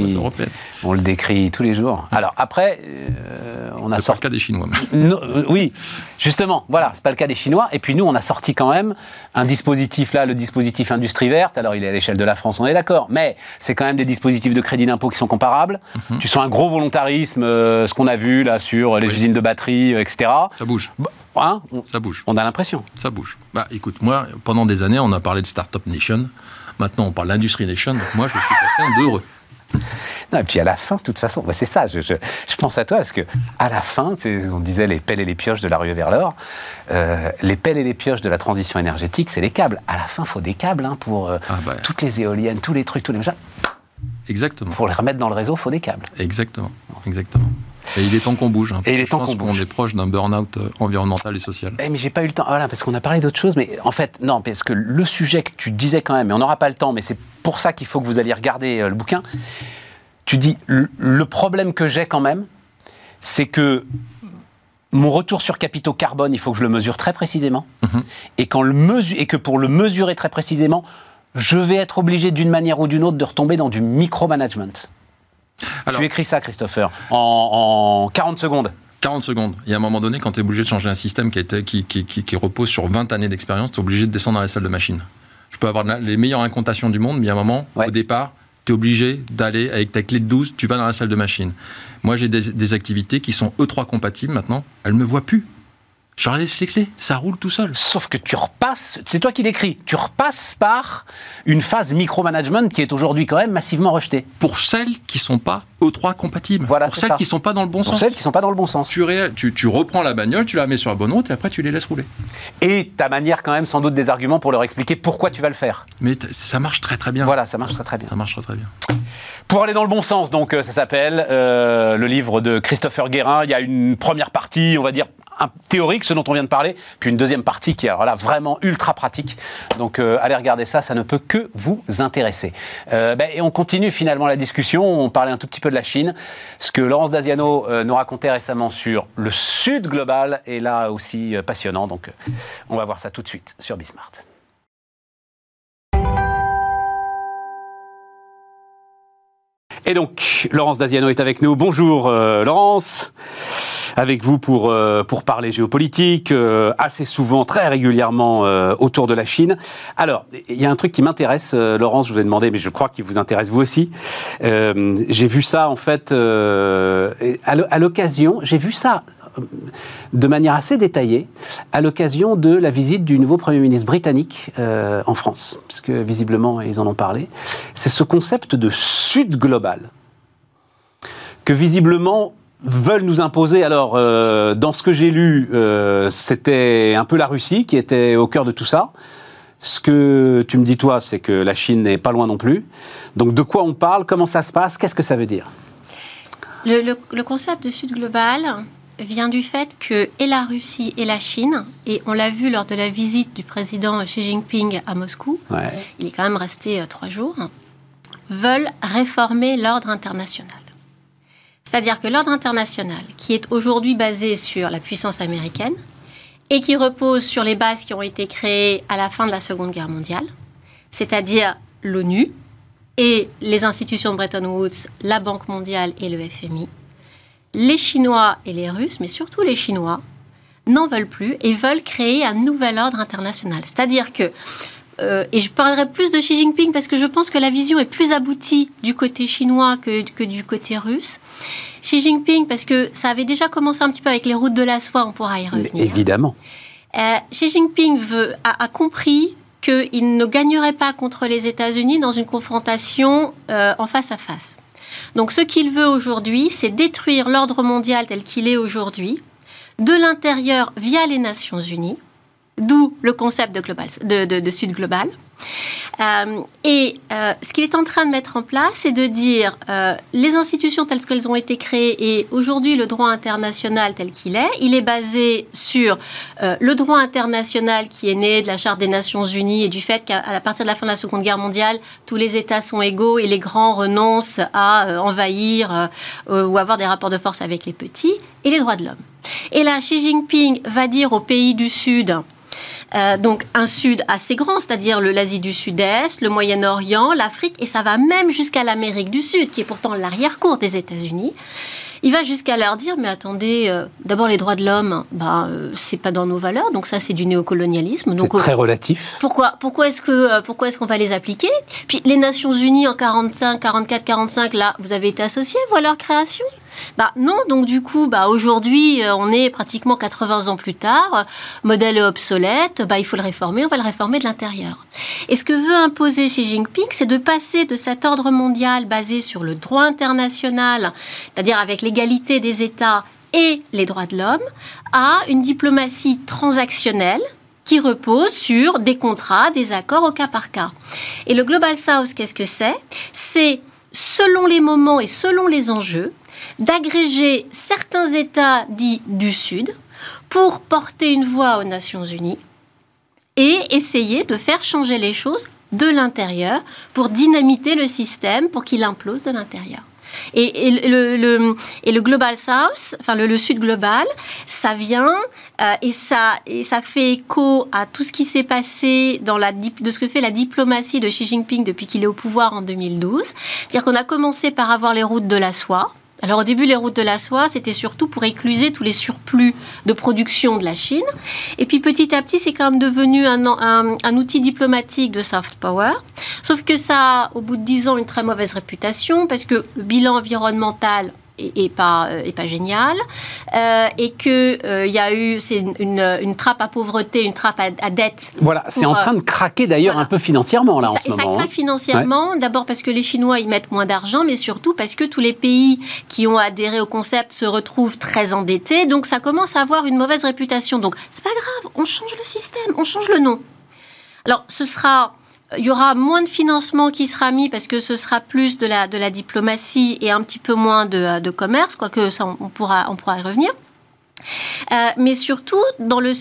le décrit tous les jours. Alors après, on a sorti... C'est pas le cas des Chinois. Oui, justement, voilà, c'est pas le cas des Chinois. Et puis nous, on a sorti quand même un dispositif là, le dispositif Industrie Verte. Alors il est à l'échelle de la France, on est d'accord, mais c'est quand même des dispositifs de crédit d'impôt qui sont comparables. Tu sens un gros volontarisme, ce qu'on a vu là sur les usines de batteries, etc. Ça bouge. Ça bouge. On a l'impression. Ça bouge. Écoute, moi, pendant des années, on a parlé de Startup Nation. Maintenant, on parle d'Industrie Nation. Donc moi, je suis quelqu'un d'heureux. Non, et puis à la fin, de toute façon, c'est ça, je pense à toi, parce que à la fin, on disait les pelles et les pioches de la ruée vers l'or, les pelles et les pioches de la transition énergétique, c'est les câbles. À la fin, il faut des câbles pour toutes les éoliennes, tous les trucs, tous les machins. Exactement. Pour les remettre dans le réseau, il faut des câbles. Exactement. Et il est temps qu'on bouge. Et il est temps qu'on bouge. On est proche d'un burn-out environnemental et social. Mais j'ai pas eu le temps. Voilà, parce qu'on a parlé d'autres choses. Mais en fait, non, parce que le sujet que tu disais quand même, et on n'aura pas le temps, mais c'est pour ça qu'il faut que vous alliez regarder le bouquin. Tu dis, le problème que j'ai quand même, c'est que mon retour sur capitaux carbone, il faut que je le mesure très précisément. Et que pour le mesurer très précisément, je vais être obligé d'une manière ou d'une autre de retomber dans du micromanagement. Alors, tu écris ça, Christopher, en 40 secondes. 40 secondes. Il y a un moment donné, quand tu es obligé de changer un système qui repose sur 20 années d'expérience, tu es obligé de descendre dans la salle de machine. Je peux avoir les meilleures incantations du monde, mais il y a un moment, au départ, tu es obligé d'aller avec ta clé de 12, tu vas dans la salle de machine. Moi, j'ai des activités qui sont E3 compatibles maintenant, elles ne me voient plus. Je leur laisse les clés, ça roule tout seul. Sauf que tu repasses, c'est toi qui l'écris, tu repasses par une phase micromanagement qui est aujourd'hui quand même massivement rejetée. Pour celles qui ne sont pas E3 compatibles. Voilà, pour celles qui ne sont pas dans le bon sens. Pour celles qui ne sont pas dans le bon sens. Tu reprends la bagnole, tu la mets sur la bonne route et après tu les laisses rouler. Et ta manière quand même sans doute des arguments pour leur expliquer pourquoi tu vas le faire. Mais ça marche très très bien. Voilà, ça marche très très bien. Ça marche très très bien. Pour aller dans le bon sens, donc ça s'appelle le livre de Christopher Guérin. Il y a une première partie, on va dire, théorique, ce dont on vient de parler, puis une deuxième partie qui est alors là vraiment ultra pratique. Donc allez regarder ça, ça ne peut que vous intéresser. Et on continue finalement la discussion, on parlait un tout petit peu de la Chine. Ce que Laurence Daziano nous racontait récemment sur le Sud global est là aussi passionnant. Donc on va voir ça tout de suite sur Bismart. Et donc, Laurence Daziano est avec nous. Bonjour Laurence, avec vous pour parler géopolitique, assez souvent, très régulièrement autour de la Chine. Alors, il y a un truc qui m'intéresse, Laurence, je vous ai demandé, mais je crois qu'il vous intéresse vous aussi. J'ai vu ça en fait à l'occasion, j'ai vu ça de manière assez détaillée à l'occasion de la visite du nouveau Premier ministre britannique en France, parce que visiblement ils en ont parlé. C'est ce concept de Sud global que visiblement veulent nous imposer. Alors, dans ce que j'ai lu, c'était un peu la Russie qui était au cœur de tout ça. Ce que tu me dis, toi, c'est que la Chine n'est pas loin non plus. Donc, de quoi on parle? Comment ça se passe? Qu'est-ce que ça veut dire? Le concept de Sud global vient du fait que et la Russie et la Chine, et on l'a vu lors de la visite du président Xi Jinping à Moscou, il est quand même resté 3 jours, veulent réformer l'ordre international. C'est-à-dire que l'ordre international, qui est aujourd'hui basé sur la puissance américaine et qui repose sur les bases qui ont été créées à la fin de la Seconde Guerre mondiale, c'est-à-dire l'ONU et les institutions de Bretton Woods, la Banque mondiale et le FMI, les Chinois et les Russes, mais surtout les Chinois, n'en veulent plus et veulent créer un nouvel ordre international. C'est-à-dire que, et je parlerai plus de Xi Jinping parce que je pense que la vision est plus aboutie du côté chinois que du côté russe. Xi Jinping, parce que ça avait déjà commencé un petit peu avec les routes de la soie, on pourra y revenir. Mais évidemment. Xi Jinping a compris qu'il ne gagnerait pas contre les États-Unis dans une confrontation en face à face. Donc ce qu'il veut aujourd'hui, c'est détruire l'ordre mondial tel qu'il est aujourd'hui, de l'intérieur via les Nations Unies, d'où le concept de Sud global. Ce qu'il est en train de mettre en place, c'est de dire les institutions telles qu'elles ont été créées et aujourd'hui le droit international tel qu'il est, il est basé sur le droit international qui est né de la Charte des Nations Unies et du fait qu'à partir de la fin de la Seconde Guerre mondiale, tous les États sont égaux et les grands renoncent à envahir ou avoir des rapports de force avec les petits, et les droits de l'homme. Et là, Xi Jinping va dire aux pays du Sud, donc un Sud assez grand, c'est-à-dire l'Asie du Sud-Est, le Moyen-Orient, l'Afrique, et ça va même jusqu'à l'Amérique du Sud, qui est pourtant l'arrière-cour des États-Unis. Il va jusqu'à leur dire, mais attendez, d'abord les droits de l'homme, c'est pas dans nos valeurs, donc ça c'est du néocolonialisme. C'est très relatif. Pourquoi est-ce qu'on va les appliquer? Puis les Nations Unies en 45, 44, 45, là, vous avez été associés, voilà leur création. Non, donc du coup, aujourd'hui, on est pratiquement 80 ans plus tard, modèle est obsolète, il faut le réformer, on va le réformer de l'intérieur. Et ce que veut imposer Xi Jinping, c'est de passer de cet ordre mondial basé sur le droit international, c'est-à-dire avec l'égalité des États et les droits de l'homme, à une diplomatie transactionnelle qui repose sur des contrats, des accords au cas par cas. Et le Global South, qu'est-ce que c'est? C'est, selon les moments et selon les enjeux, d'agréger certains États dits du Sud pour porter une voix aux Nations Unies et essayer de faire changer les choses de l'intérieur pour dynamiter le système, pour qu'il implose de l'intérieur. Et le Global South, enfin le Sud global, ça vient et ça fait écho à tout ce qui s'est passé de ce que fait la diplomatie de Xi Jinping depuis qu'il est au pouvoir en 2012. C'est-à-dire qu'on a commencé par avoir les routes de la soie. Alors au début, les routes de la soie, c'était surtout pour écluser tous les surplus de production de la Chine. Et puis petit à petit, c'est quand même devenu un outil diplomatique de soft power. Sauf que ça a, au bout de 10 ans, une très mauvaise réputation parce que le bilan environnemental est pas génial, et que y a eu une trappe à pauvreté, une trappe à dette. Voilà, c'est en train de craquer d'ailleurs un peu financièrement là en ce moment. Ça craque financièrement, d'abord parce que les Chinois y mettent moins d'argent, mais surtout parce que tous les pays qui ont adhéré au concept se retrouvent très endettés, donc ça commence à avoir une mauvaise réputation. Donc c'est pas grave, on change le système, on change le nom. Alors il y aura moins de financement qui sera mis parce que ce sera plus de la diplomatie et un petit peu moins de commerce, quoique ça, on pourra y revenir. Mais surtout, dans la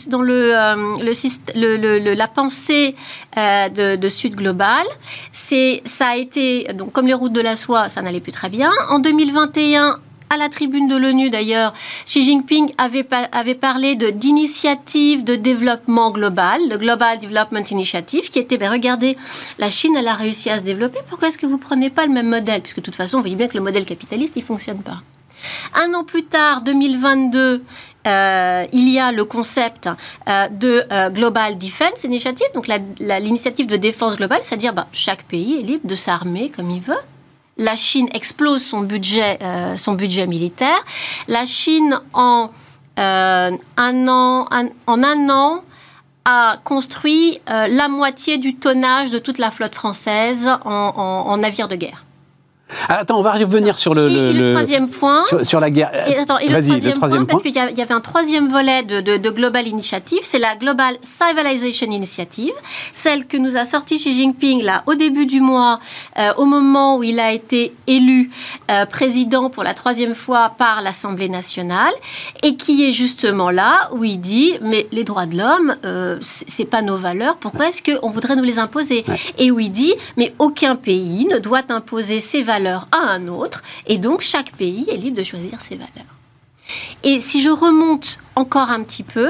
pensée de Sud Global, ça a été, donc, comme les routes de la soie, ça n'allait plus très bien. En 2021, à la tribune de l'ONU d'ailleurs, Xi Jinping avait parlé d'initiative de développement global, le Global Development Initiative, qui était, regardez, la Chine, elle a réussi à se développer, pourquoi est-ce que vous ne prenez pas le même modèle? Puisque de toute façon, vous voyez bien que le modèle capitaliste, il ne fonctionne pas. Un an plus tard, 2022, il y a le concept de Global Defense Initiative, donc l'initiative de défense globale, c'est-à-dire chaque pays est libre de s'armer comme il veut. La Chine explose son budget militaire. La Chine, en un an, a construit la moitié du tonnage de toute la flotte française en navires de guerre. Attends, on va revenir sur le troisième point. Sur la guerre. Le troisième point, parce qu'il y avait un troisième volet de Global Initiative, c'est la Global Civilization Initiative, celle que nous a sortie Xi Jinping là, au début du mois, au moment où il a été élu président pour la 3e fois par l'Assemblée nationale, et qui est justement là où il dit, mais les droits de l'homme, c'est pas nos valeurs, pourquoi est-ce qu'on voudrait nous les imposer? Et où il dit, mais aucun pays ne doit imposer ses valeurs à un autre, et donc chaque pays est libre de choisir ses valeurs. Et si je remonte encore un petit peu,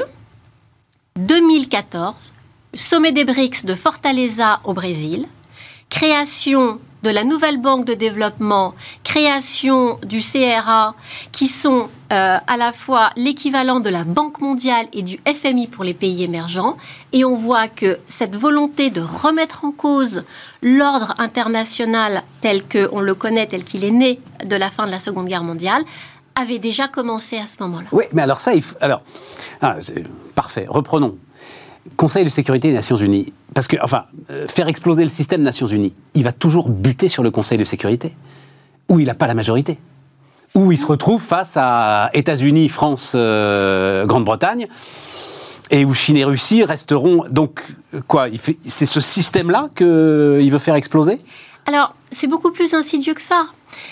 2014, sommet des BRICS de Fortaleza au Brésil, création de la nouvelle banque de développement, création du CRA, qui sont à la fois l'équivalent de la Banque mondiale et du FMI pour les pays émergents. Et on voit que cette volonté de remettre en cause l'ordre international tel qu'on le connaît, tel qu'il est né de la fin de la Seconde Guerre mondiale, avait déjà commencé à ce moment-là. Oui, mais alors ça, c'est parfait, reprenons. Conseil de sécurité des Nations Unies. Parce que, faire exploser le système Nations Unies, il va toujours buter sur le Conseil de sécurité, où il n'a pas la majorité. Où il se retrouve face à États-Unis, France, Grande-Bretagne, et où Chine et Russie resteront. Donc, c'est ce système-là qu'il veut faire exploser ? Alors, c'est beaucoup plus insidieux que ça.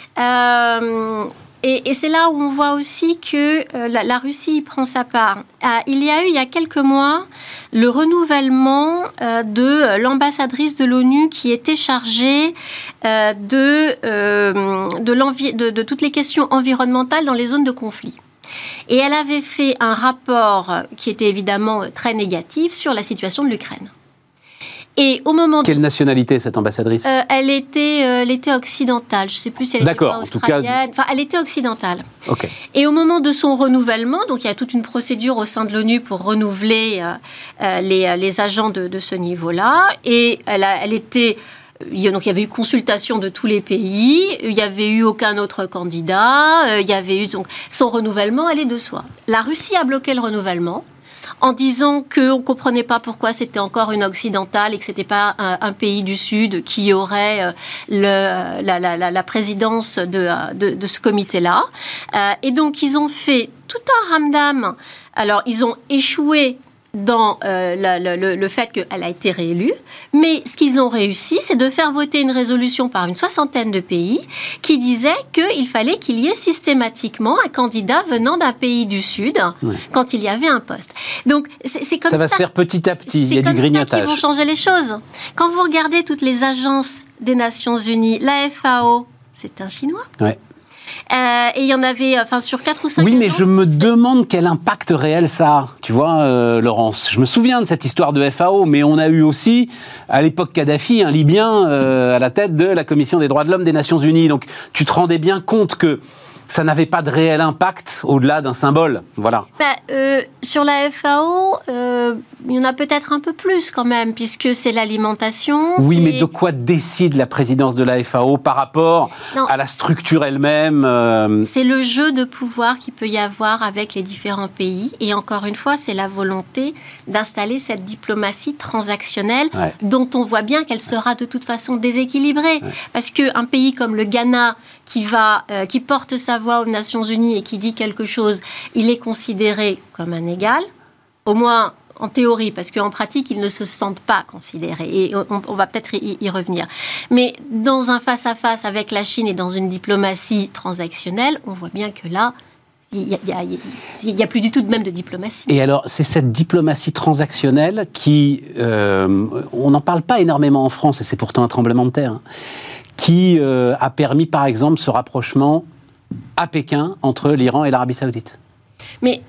Et c'est là où on voit aussi que la Russie prend sa part. Il y a eu, il y a quelques mois, le renouvellement de l'ambassadrice de l'ONU qui était chargée de toutes les questions environnementales dans les zones de conflit. Et elle avait fait un rapport qui était évidemment très négatif sur la situation de l'Ukraine. Et au moment Quelle nationalité, cette ambassadrice ? Elle était occidentale. Je ne sais plus si elle était pas australienne. Enfin, elle était occidentale. Okay. Et au moment de son renouvellement, donc il y a toute une procédure au sein de l'ONU pour renouveler les agents de ce niveau-là. Et elle était... Donc, il y avait eu consultation de tous les pays, il n'y avait eu aucun autre candidat, il y avait eu donc, son renouvellement allait de soi. La Russie a bloqué le renouvellement en disant qu'on ne comprenait pas pourquoi c'était encore une occidentale et que ce n'était pas un pays du Sud qui aurait la présidence de ce comité-là. Et donc, ils ont fait tout un ramdam. Alors, ils ont échoué dans le fait qu'elle a été réélue, mais ce qu'ils ont réussi, c'est de faire voter une résolution par une 60aine de pays qui disait qu'il fallait qu'il y ait systématiquement un candidat venant d'un pays du Sud quand il y avait un poste. Donc, c'est comme ça. Ça va se faire petit à petit, il y a du grignotage. C'est comme ça qu'ils vont changer les choses. Quand vous regardez toutes les agences des Nations Unies, la FAO, c'est un Chinois. Ouais. Et il y en avait sur 4 ou 5 Oui, mais agences, je me demande quel impact réel ça a. Tu vois, Laurence, je me souviens de cette histoire de FAO, mais on a eu aussi, à l'époque Kadhafi, un Libyen à la tête de la Commission des droits de l'homme des Nations Unies. Donc, tu te rendais bien compte que ça n'avait pas de réel impact au-delà d'un symbole. Voilà. Sur la FAO, il y en a peut-être un peu plus quand même, puisque c'est l'alimentation. Oui, mais de quoi décide la présidence de la FAO par rapport à la structure elle-même C'est le jeu de pouvoir qu'il peut y avoir avec les différents pays. Et encore une fois, c'est la volonté d'installer cette diplomatie transactionnelle dont on voit bien qu'elle sera de toute façon déséquilibrée. Parce qu'un pays comme le Ghana, qui porte sa voix aux Nations Unies et qui dit quelque chose, il est considéré comme un égal, au moins en théorie, parce qu'en pratique, ils ne se sentent pas considérés. Et on va peut-être y revenir. Mais dans un face-à-face avec la Chine et dans une diplomatie transactionnelle, on voit bien que là, il n'y a plus du tout même de diplomatie. Et alors, c'est cette diplomatie transactionnelle qui... on n'en parle pas énormément en France, et c'est pourtant un tremblement de terre, qui a permis, par exemple, ce rapprochement à Pékin entre l'Iran et l'Arabie Saoudite. Mais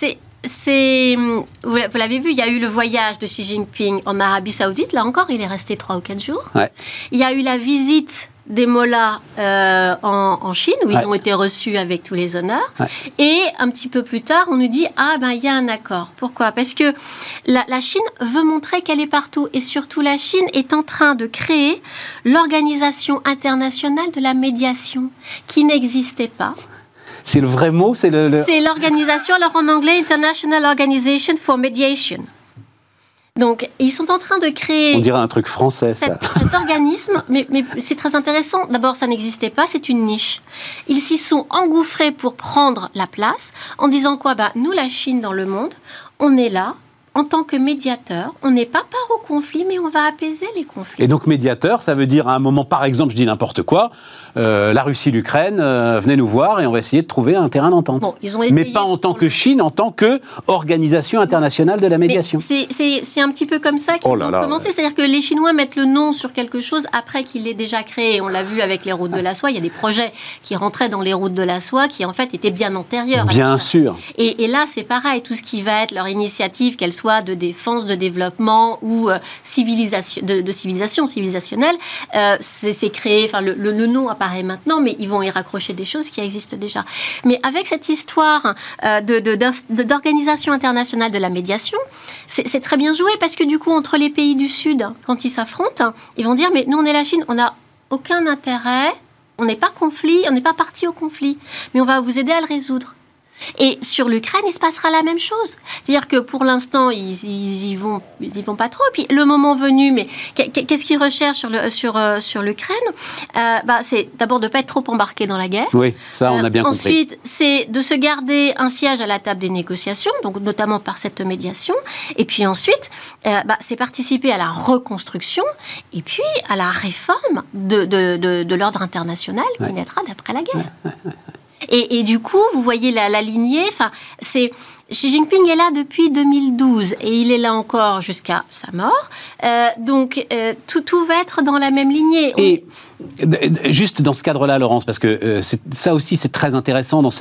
vous l'avez vu, il y a eu le voyage de Xi Jinping en Arabie Saoudite. Là encore, il est resté 3 ou 4 jours. Ouais. Il y a eu la visite des mollahs en Chine, où ils ont été reçus avec tous les honneurs. Ouais. Et un petit peu plus tard, on nous dit il y a un accord. Pourquoi ? Parce que la Chine veut montrer qu'elle est partout. Et surtout, la Chine est en train de créer l'Organisation internationale de la médiation, qui n'existait pas. C'est le vrai mot, c'est l'organisation, alors en anglais, International Organization for Mediation. Donc, ils sont en train de créer... On dirait un truc français, cet organisme, mais c'est très intéressant. D'abord, ça n'existait pas, c'est une niche. Ils s'y sont engouffrés pour prendre la place, en disant quoi ? Nous, la Chine dans le monde, on est là, en tant que médiateur, on n'est pas part au conflit, mais on va apaiser les conflits. Et donc médiateur, ça veut dire à un moment, par exemple, je dis n'importe quoi, la Russie, l'Ukraine, venez nous voir et on va essayer de trouver un terrain d'entente. Bon, ils ont essayé, mais pas en tant que Chine, en tant qu'organisation internationale de la médiation. C'est un petit peu comme ça qu'ils ont commencé. C'est-à-dire que les Chinois mettent le nom sur quelque chose après qu'il est déjà créé. On l'a vu avec les routes de la soie. Il y a des projets qui rentraient dans les routes de la soie qui, en fait, étaient bien antérieurs. Bien sûr. Et là, c'est pareil. Tout ce qui va être leur initiative, qu'elle soit de défense, de développement ou civilisationnelle, c'est créé, enfin le nom apparaît maintenant, mais ils vont y raccrocher des choses qui existent déjà. Mais avec cette histoire d'organisation internationale de la médiation, c'est très bien joué parce que du coup, entre les pays du Sud, quand ils s'affrontent, ils vont dire, mais nous on est la Chine, on n'a aucun intérêt, on n'est pas parti au conflit, mais on va vous aider à le résoudre. Et sur l'Ukraine, il se passera la même chose. C'est-à-dire que pour l'instant, ils y vont pas trop. Puis le moment venu, mais qu'est-ce qu'ils recherchent sur l'Ukraine ? C'est d'abord de ne pas être trop embarqué dans la guerre. Oui, ça on a bien compris. Ensuite, c'est de se garder un siège à la table des négociations, donc notamment par cette médiation. Et puis ensuite, c'est participer à la reconstruction et puis à la réforme de l'ordre international qui naîtra d'après la guerre. Et du coup, vous voyez la lignée. Xi Jinping est là depuis 2012 et il est là encore jusqu'à sa mort. Donc, tout va être dans la même lignée. Et juste dans ce cadre-là, Laurence, parce que ça aussi, c'est très intéressant dans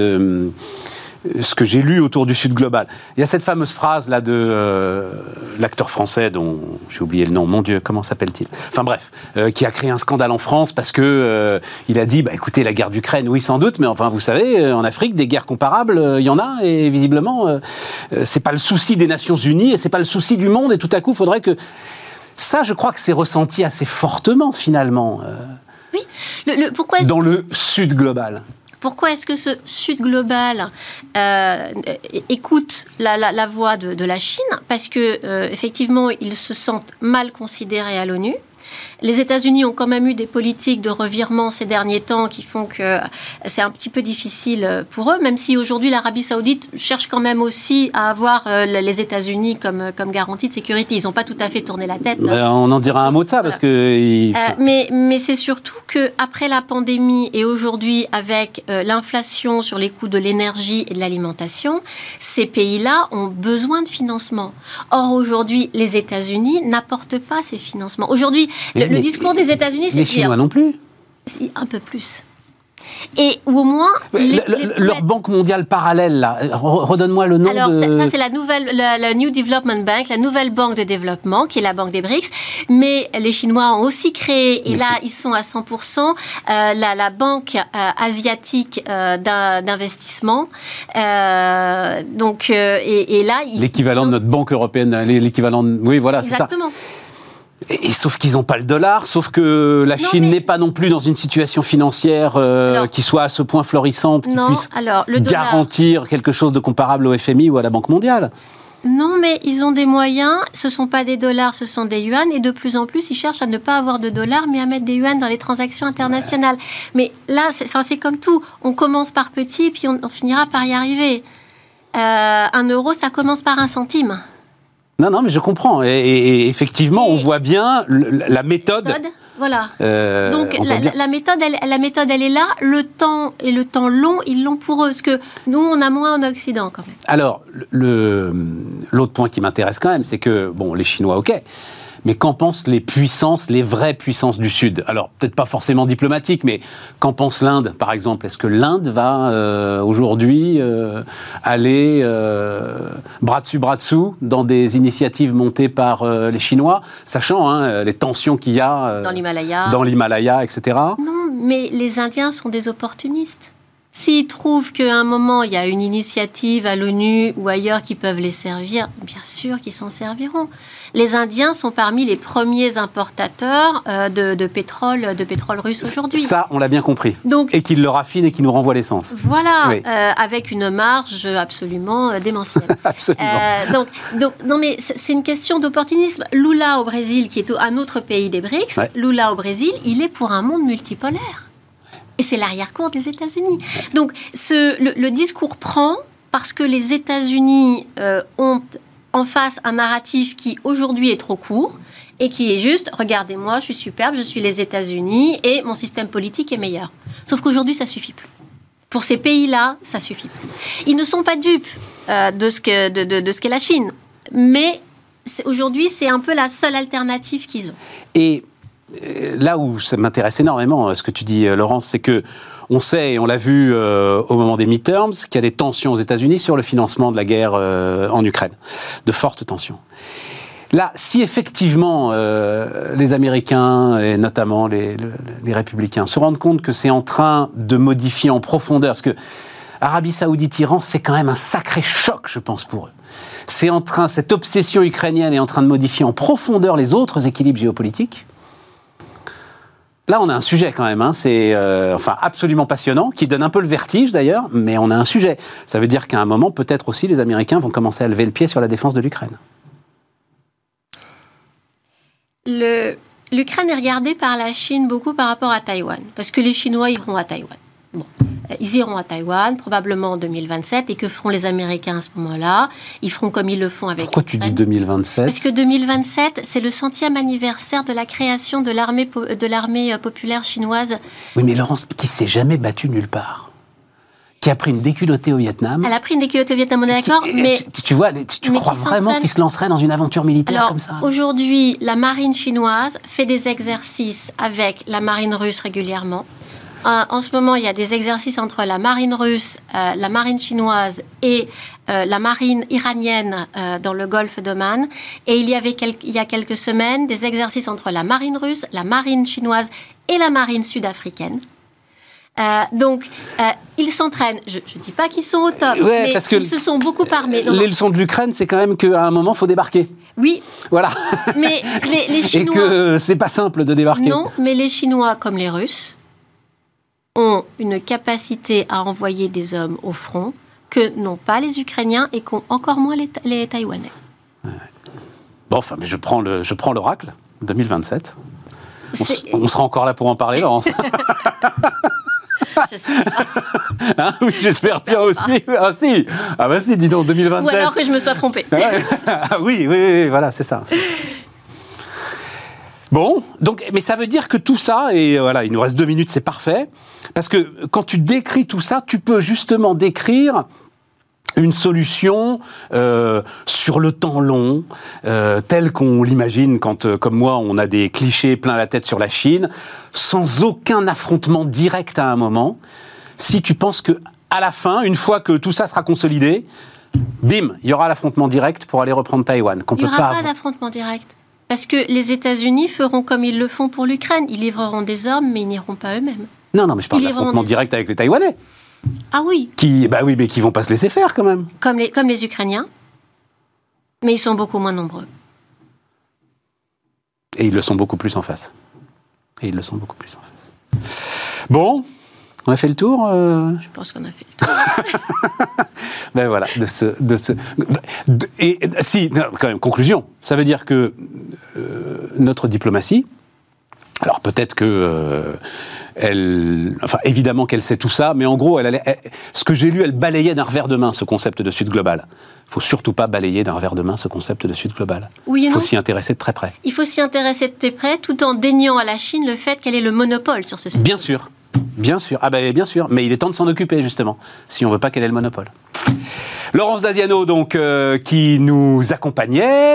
ce que j'ai lu autour du Sud global. Il y a cette fameuse phrase là de l'acteur français dont j'ai oublié le nom, mon Dieu, comment s'appelle-t-il ? Enfin bref, qui a créé un scandale en France parce que il a dit, écoutez, la guerre d'Ukraine, oui sans doute, mais enfin vous savez, en Afrique, des guerres comparables, il y en a, et visiblement, c'est pas le souci des Nations Unies, et c'est pas le souci du monde, et tout à coup, il faudrait que... Ça, je crois que c'est ressenti assez fortement, finalement, oui. Pourquoi dans le Sud global. Pourquoi est-ce que ce Sud global écoute la voix de la Chine ? Parce que effectivement, ils se sentent mal considérés à l'ONU. Les États-Unis ont quand même eu des politiques de revirement ces derniers temps qui font que c'est un petit peu difficile pour eux, même si aujourd'hui l'Arabie Saoudite cherche quand même aussi à avoir les États-Unis comme garantie de sécurité. Ils n'ont pas tout à fait tourné la tête. On en dira un mot de ça parce que... Mais c'est surtout qu'après la pandémie et aujourd'hui avec l'inflation sur les coûts de l'énergie et de l'alimentation, ces pays-là ont besoin de financement. Or aujourd'hui, les États-Unis n'apportent pas ces financements. Aujourd'hui, le discours des États-Unis, c'est de dire... Les Chinois non plus. Un peu plus. Et ou au moins leur banque mondiale parallèle, là, redonne-moi le nom. Alors, ça c'est la New Development Bank, la nouvelle banque de développement, qui est la banque des BRICS. Mais les Chinois ont aussi créé, et là ils sont à 100%, la banque asiatique d'investissement. Donc, et là... L'équivalent de notre banque européenne, l'équivalent... Oui, voilà, exactement. C'est ça. Et sauf qu'ils n'ont pas le dollar, sauf que la Chine n'est pas non plus dans une situation financière qui soit à ce point florissante, qui puisse garantir quelque chose de comparable au FMI ou à la Banque mondiale. Non, mais ils ont des moyens, ce ne sont pas des dollars, ce sont des yuans, et de plus en plus, ils cherchent à ne pas avoir de dollars, mais à mettre des yuans dans les transactions internationales. Mais là, c'est comme tout, on commence par petit, puis on finira par y arriver. 1 euro, ça commence par 1 centime. Non, mais je comprends. Et effectivement, on voit bien la méthode. Voilà. Donc la méthode, elle est là. Le temps et le temps long, ils l'ont pour eux. Parce que nous, on a moins en Occident quand même. Alors, l'autre point qui m'intéresse quand même, c'est que, bon, les Chinois, ok. Mais qu'en pensent les puissances, les vraies puissances du Sud? Alors, peut-être pas forcément diplomatiques, mais qu'en pense l'Inde, par exemple? Est-ce que l'Inde va aujourd'hui aller bras dessus dans des initiatives montées par les Chinois, sachant les tensions qu'il y a dans l'Himalaya, etc. Non, mais les Indiens sont des opportunistes. S'ils trouvent qu'à un moment, il y a une initiative à l'ONU ou ailleurs qui peuvent les servir, bien sûr qu'ils s'en serviront. Les Indiens sont parmi les premiers importateurs de pétrole russe aujourd'hui. Ça, on l'a bien compris. Donc, et qu'ils le raffinent et qu'ils nous renvoient l'essence. Voilà, oui. Avec une marge absolument démentielle. Absolument. Non, mais c'est une question d'opportunisme. Lula au Brésil, qui est un autre pays des BRICS, Lula au Brésil, il est pour un monde multipolaire. Et c'est l'arrière-cour des États-Unis. Donc, le discours prend parce que les États-Unis ont en face un narratif qui, aujourd'hui, est trop court et qui est juste, regardez-moi, je suis superbe, je suis les États-Unis et mon système politique est meilleur. Sauf qu'aujourd'hui, ça ne suffit plus. Pour ces pays-là, ça ne suffit plus. Ils ne sont pas dupes de ce qu'est la Chine. Mais aujourd'hui, c'est un peu la seule alternative qu'ils ont. Et là où ça m'intéresse énormément, ce que tu dis, Laurence, c'est que on sait, et on l'a vu au moment des midterms, qu'il y a des tensions aux États-Unis sur le financement de la guerre en Ukraine. De fortes tensions. Là, si effectivement les Américains, et notamment les républicains, se rendent compte que c'est en train de modifier en profondeur, parce que Arabie Saoudite, Iran, c'est quand même un sacré choc, je pense, pour eux. Cette obsession ukrainienne est en train de modifier en profondeur les autres équilibres géopolitiques. Là, on a un sujet quand même, c'est absolument passionnant, qui donne un peu le vertige d'ailleurs, mais on a un sujet. Ça veut dire qu'à un moment, peut-être aussi, les Américains vont commencer à lever le pied sur la défense de l'Ukraine. L'Ukraine est regardée par la Chine beaucoup par rapport à Taïwan, parce que les Chinois iront à Taïwan. Bon, ils iront à Taïwan, probablement en 2027, et que feront les Américains à ce moment-là? Ils feront comme ils le font avec Pourquoi tu dis 2027? Parce que 2027, c'est le 100e anniversaire de la création de l'armée populaire chinoise. Oui, mais Laurence, qui s'est jamais battue nulle part, qui a pris une déculottée au Vietnam. Elle a pris une déculottée au Vietnam, on est d'accord, mais... Tu vois, tu crois vraiment qu'ils se lanceraient dans une aventure militaire comme ça? Aujourd'hui, la marine chinoise fait des exercices avec la marine russe régulièrement. En ce moment, il y a des exercices entre la marine russe, la marine chinoise et la marine iranienne dans le golfe d'Oman. Et il y a quelques semaines, des exercices entre la marine russe, la marine chinoise et la marine sud-africaine. Donc, ils s'entraînent. Je ne dis pas qu'ils sont au top, mais parce ils se sont beaucoup armés. Les leçons de l'Ukraine, c'est quand même qu'à un moment, il faut débarquer. Oui. Voilà. Mais les Chinois... Et que c'est pas simple de débarquer. Non, mais les Chinois, comme les Russes, ont une capacité à envoyer des hommes au front que n'ont pas les Ukrainiens et qu'ont encore moins les Taïwanais. Ouais. Bon, mais je prends l'oracle, 2027. On sera encore là pour en parler, Laurence. J'espère pas. Oui, j'espère bien aussi. Ah si, si, dis donc, 2027. Ou alors que je me sois trompée. Oui, voilà, c'est ça. Bon, donc, mais ça veut dire que tout ça, et voilà, il nous reste 2 minutes, c'est parfait, parce que quand tu décris tout ça, tu peux justement décrire une solution sur le temps long, telle qu'on l'imagine quand, comme moi, on a des clichés plein la tête sur la Chine, sans aucun affrontement direct à un moment, si tu penses que à la fin, une fois que tout ça sera consolidé, bim, il y aura l'affrontement direct pour aller reprendre Taïwan. Il n'y aura pas d'affrontement direct. Parce que les États-Unis feront comme ils le font pour l'Ukraine. Ils livreront des armes, mais ils n'iront pas eux-mêmes. Non, mais je parle d'affrontement direct avec les Taïwanais. Ah oui. Mais qui vont pas se laisser faire quand même. Comme les Ukrainiens. Mais ils sont beaucoup moins nombreux. Et ils le sont beaucoup plus en face. Bon, on a fait le tour Je pense qu'on a fait le tour. Ben voilà, quand même, conclusion. Ça veut dire que notre diplomatie, alors peut-être que évidemment qu'elle sait tout ça, mais en gros, ce que j'ai lu, elle balayait d'un revers de main ce concept de Sud global. Il ne faut surtout pas balayer d'un revers de main ce concept de Sud global. Oui et non. Il faut s'y intéresser de très près. Il faut s'y intéresser de très près, tout en déniant à la Chine le fait qu'elle ait le monopole sur ce sujet. Bien sûr. Bien sûr, mais il est temps de s'en occuper justement, si on ne veut pas qu'elle ait le monopole. Laurence Daziano, donc, qui nous accompagnait.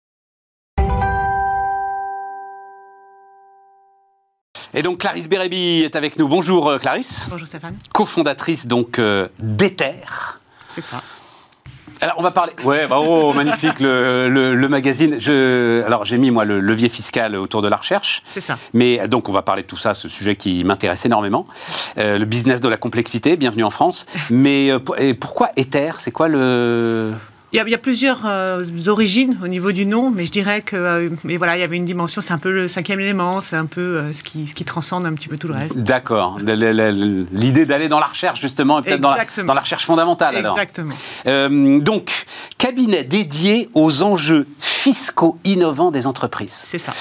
Et donc Clarisse Bérébi est avec nous. Bonjour Clarisse. Bonjour Stéphane. Cofondatrice donc d'Ether. C'est ça. Alors on va parler. Magnifique le magazine. Alors j'ai mis moi le levier fiscal autour de la recherche. C'est ça. Mais donc on va parler de tout ça, ce sujet qui m'intéresse énormément. Le business de la complexité. Bienvenue en France. Mais pourquoi Ether ? C'est quoi le... Il y a plusieurs origines au niveau du nom, mais je dirais que il y avait une dimension, c'est un peu le cinquième élément, c'est un peu ce qui transcende un petit peu tout le reste. D'accord. L'idée d'aller dans la recherche, justement, et peut-être dans la recherche fondamentale. Exactement. Donc, cabinet dédié aux enjeux fiscaux innovants des entreprises. C'est ça.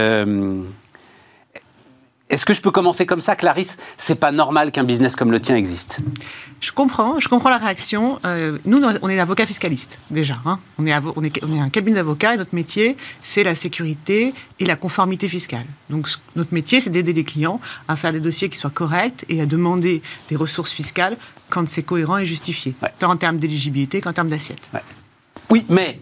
Est-ce que je peux commencer comme ça, Clarisse ? C'est pas normal qu'un business comme le tien existe. Je comprends la réaction. Nous, on est avocats fiscalistes, déjà. Hein. On est un cabinet d'avocats et notre métier, c'est la sécurité et la conformité fiscale. Donc, notre métier, c'est d'aider les clients à faire des dossiers qui soient corrects et à demander des ressources fiscales quand c'est cohérent et justifié, tant en termes d'éligibilité qu'en termes d'assiette. Ouais. Oui, mais...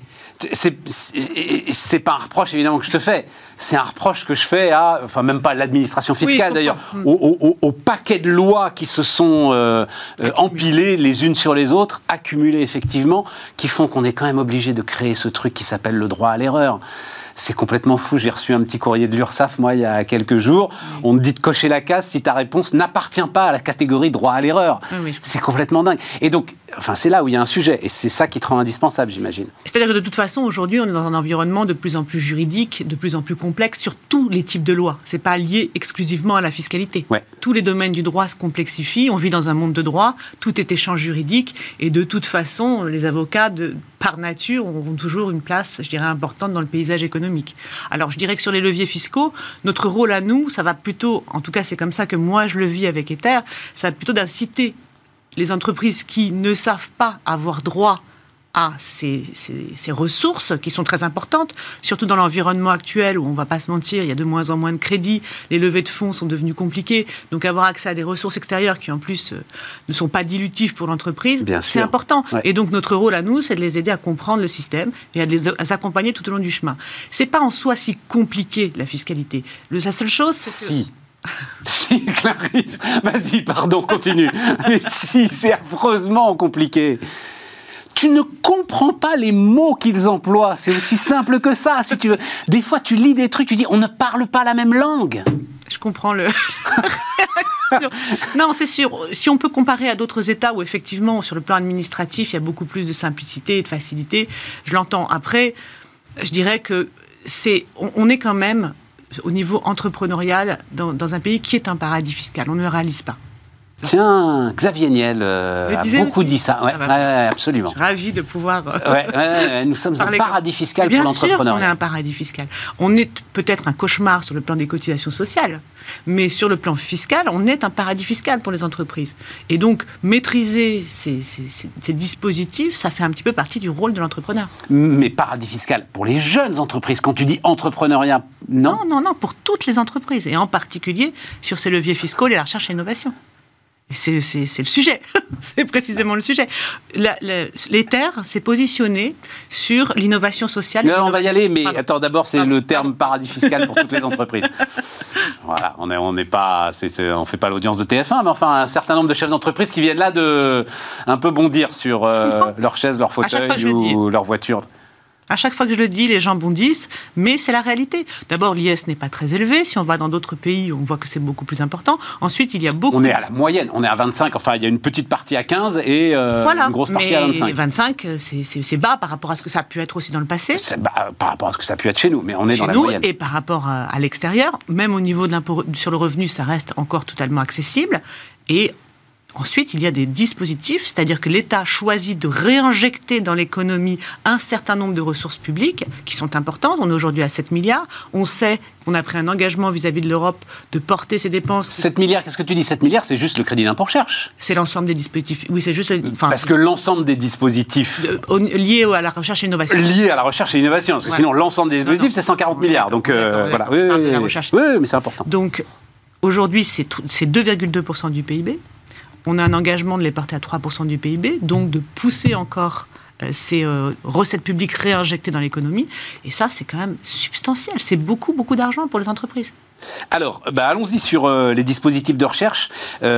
C'est pas un reproche évidemment que je te fais, c'est un reproche que je fais même pas à l'administration fiscale d'ailleurs, au paquet de lois qui se sont empilées les unes sur les autres, accumulées effectivement, qui font qu'on est quand même obligé de créer ce truc qui s'appelle le droit à l'erreur. C'est complètement fou. J'ai reçu un petit courrier de l'URSSAF, moi, il y a quelques jours. Oui. On te dit de cocher la case si ta réponse n'appartient pas à la catégorie droit à l'erreur. Oui, c'est complètement dingue. Et donc, c'est là où il y a un sujet. Et c'est ça qui te rend indispensable, j'imagine. C'est-à-dire que de toute façon, aujourd'hui, on est dans un environnement de plus en plus juridique, de plus en plus complexe sur tous les types de lois. C'est pas lié exclusivement à la fiscalité. Ouais. Tous les domaines du droit se complexifient. On vit dans un monde de droit. Tout est échange juridique. Et de toute façon, les avocats, par nature, ont toujours une place, je dirais, importante dans le paysage économique. Alors, je dirais que sur les leviers fiscaux, notre rôle à nous, ça va plutôt, en tout cas, c'est comme ça que moi je le vis avec Ether, ça va plutôt d'inciter les entreprises qui ne savent pas avoir droit à ces ressources qui sont très importantes, surtout dans l'environnement actuel où on ne va pas se mentir, il y a de moins en moins de crédits, les levées de fonds sont devenues compliquées, donc avoir accès à des ressources extérieures qui en plus ne sont pas dilutives pour l'entreprise, c'est important. Ouais. Et donc notre rôle à nous, c'est de les aider à comprendre le système et à les accompagner tout au long du chemin. C'est pas en soi si compliqué la fiscalité. La seule chose, c'est que... Si, Clarisse, vas-y, pardon, continue. Mais si, c'est affreusement compliqué. Tu ne comprends pas les mots qu'ils emploient. C'est aussi simple que ça, si tu veux. Des fois, tu lis des trucs, tu dis, on ne parle pas la même langue. Je comprends le... Non, c'est sûr. Si on peut comparer à d'autres États où, effectivement, sur le plan administratif, il y a beaucoup plus de simplicité et de facilité, je l'entends. Après, je dirais que on est quand même, au niveau entrepreneurial, dans un pays qui est un paradis fiscal. On ne le réalise pas. Tiens, Xavier Niel a beaucoup dit ça. Ouais, absolument. Je suis ravie de pouvoir... nous sommes un paradis fiscal pour l'entrepreneuriat. Bien sûr qu'on est un paradis fiscal. On est peut-être un cauchemar sur le plan des cotisations sociales, mais sur le plan fiscal, on est un paradis fiscal pour les entreprises. Et donc, maîtriser ces dispositifs, ça fait un petit peu partie du rôle de l'entrepreneur. Mais paradis fiscal pour les jeunes entreprises, quand tu dis entrepreneuriat, non ? Non, pour toutes les entreprises, et en particulier sur ces leviers fiscaux et la recherche et l'innovation. C'est le sujet, c'est précisément le sujet. L'Ether s'est positionné sur l'innovation sociale. Non, on va y aller, mais attends, d'abord, c'est le terme paradis fiscal pour toutes les entreprises. Voilà, on n'est pas, on fait pas l'audience de TF1, mais enfin, un certain nombre de chefs d'entreprise qui viennent là un peu bondir sur leur chaise, leur fauteuil ou leur voiture. À chaque fois que je le dis, les gens bondissent, mais c'est la réalité. D'abord, l'IS n'est pas très élevé. Si on va dans d'autres pays, on voit que c'est beaucoup plus important. Ensuite, il y a beaucoup... On est à la moyenne, on est à 25. Enfin, il y a une petite partie à 15 et une grosse partie à 25. 25, c'est bas par rapport à ce que ça a pu être aussi dans le passé. C'est bas par rapport à ce que ça a pu être chez nous, mais on est dans la moyenne. Et par rapport à l'extérieur, même au niveau de l'impôt sur le revenu, ça reste encore totalement accessible. Et... ensuite, il y a des dispositifs, c'est-à-dire que l'État choisit de réinjecter dans l'économie un certain nombre de ressources publiques qui sont importantes. On est aujourd'hui à 7 milliards. On sait qu'on a pris un engagement vis-à-vis de l'Europe de porter ces dépenses. 7 milliards, qu'est-ce que tu dis ? 7 milliards, c'est juste le crédit d'impôt recherche. C'est l'ensemble des dispositifs. Oui, c'est juste... parce que l'ensemble des dispositifs... liés à la recherche et l'innovation. Liés à la recherche et l'innovation. Parce que sinon, l'ensemble des dispositifs, c'est 140 milliards. Donc, voilà. Oui, mais c'est important. Donc, aujourd'hui, c'est 2,2% du PIB. On a un engagement de les porter à 3% du PIB, donc de pousser encore ces recettes publiques réinjectées dans l'économie. Et ça, c'est quand même substantiel. C'est beaucoup, beaucoup d'argent pour les entreprises. Alors, allons-y sur les dispositifs de recherche.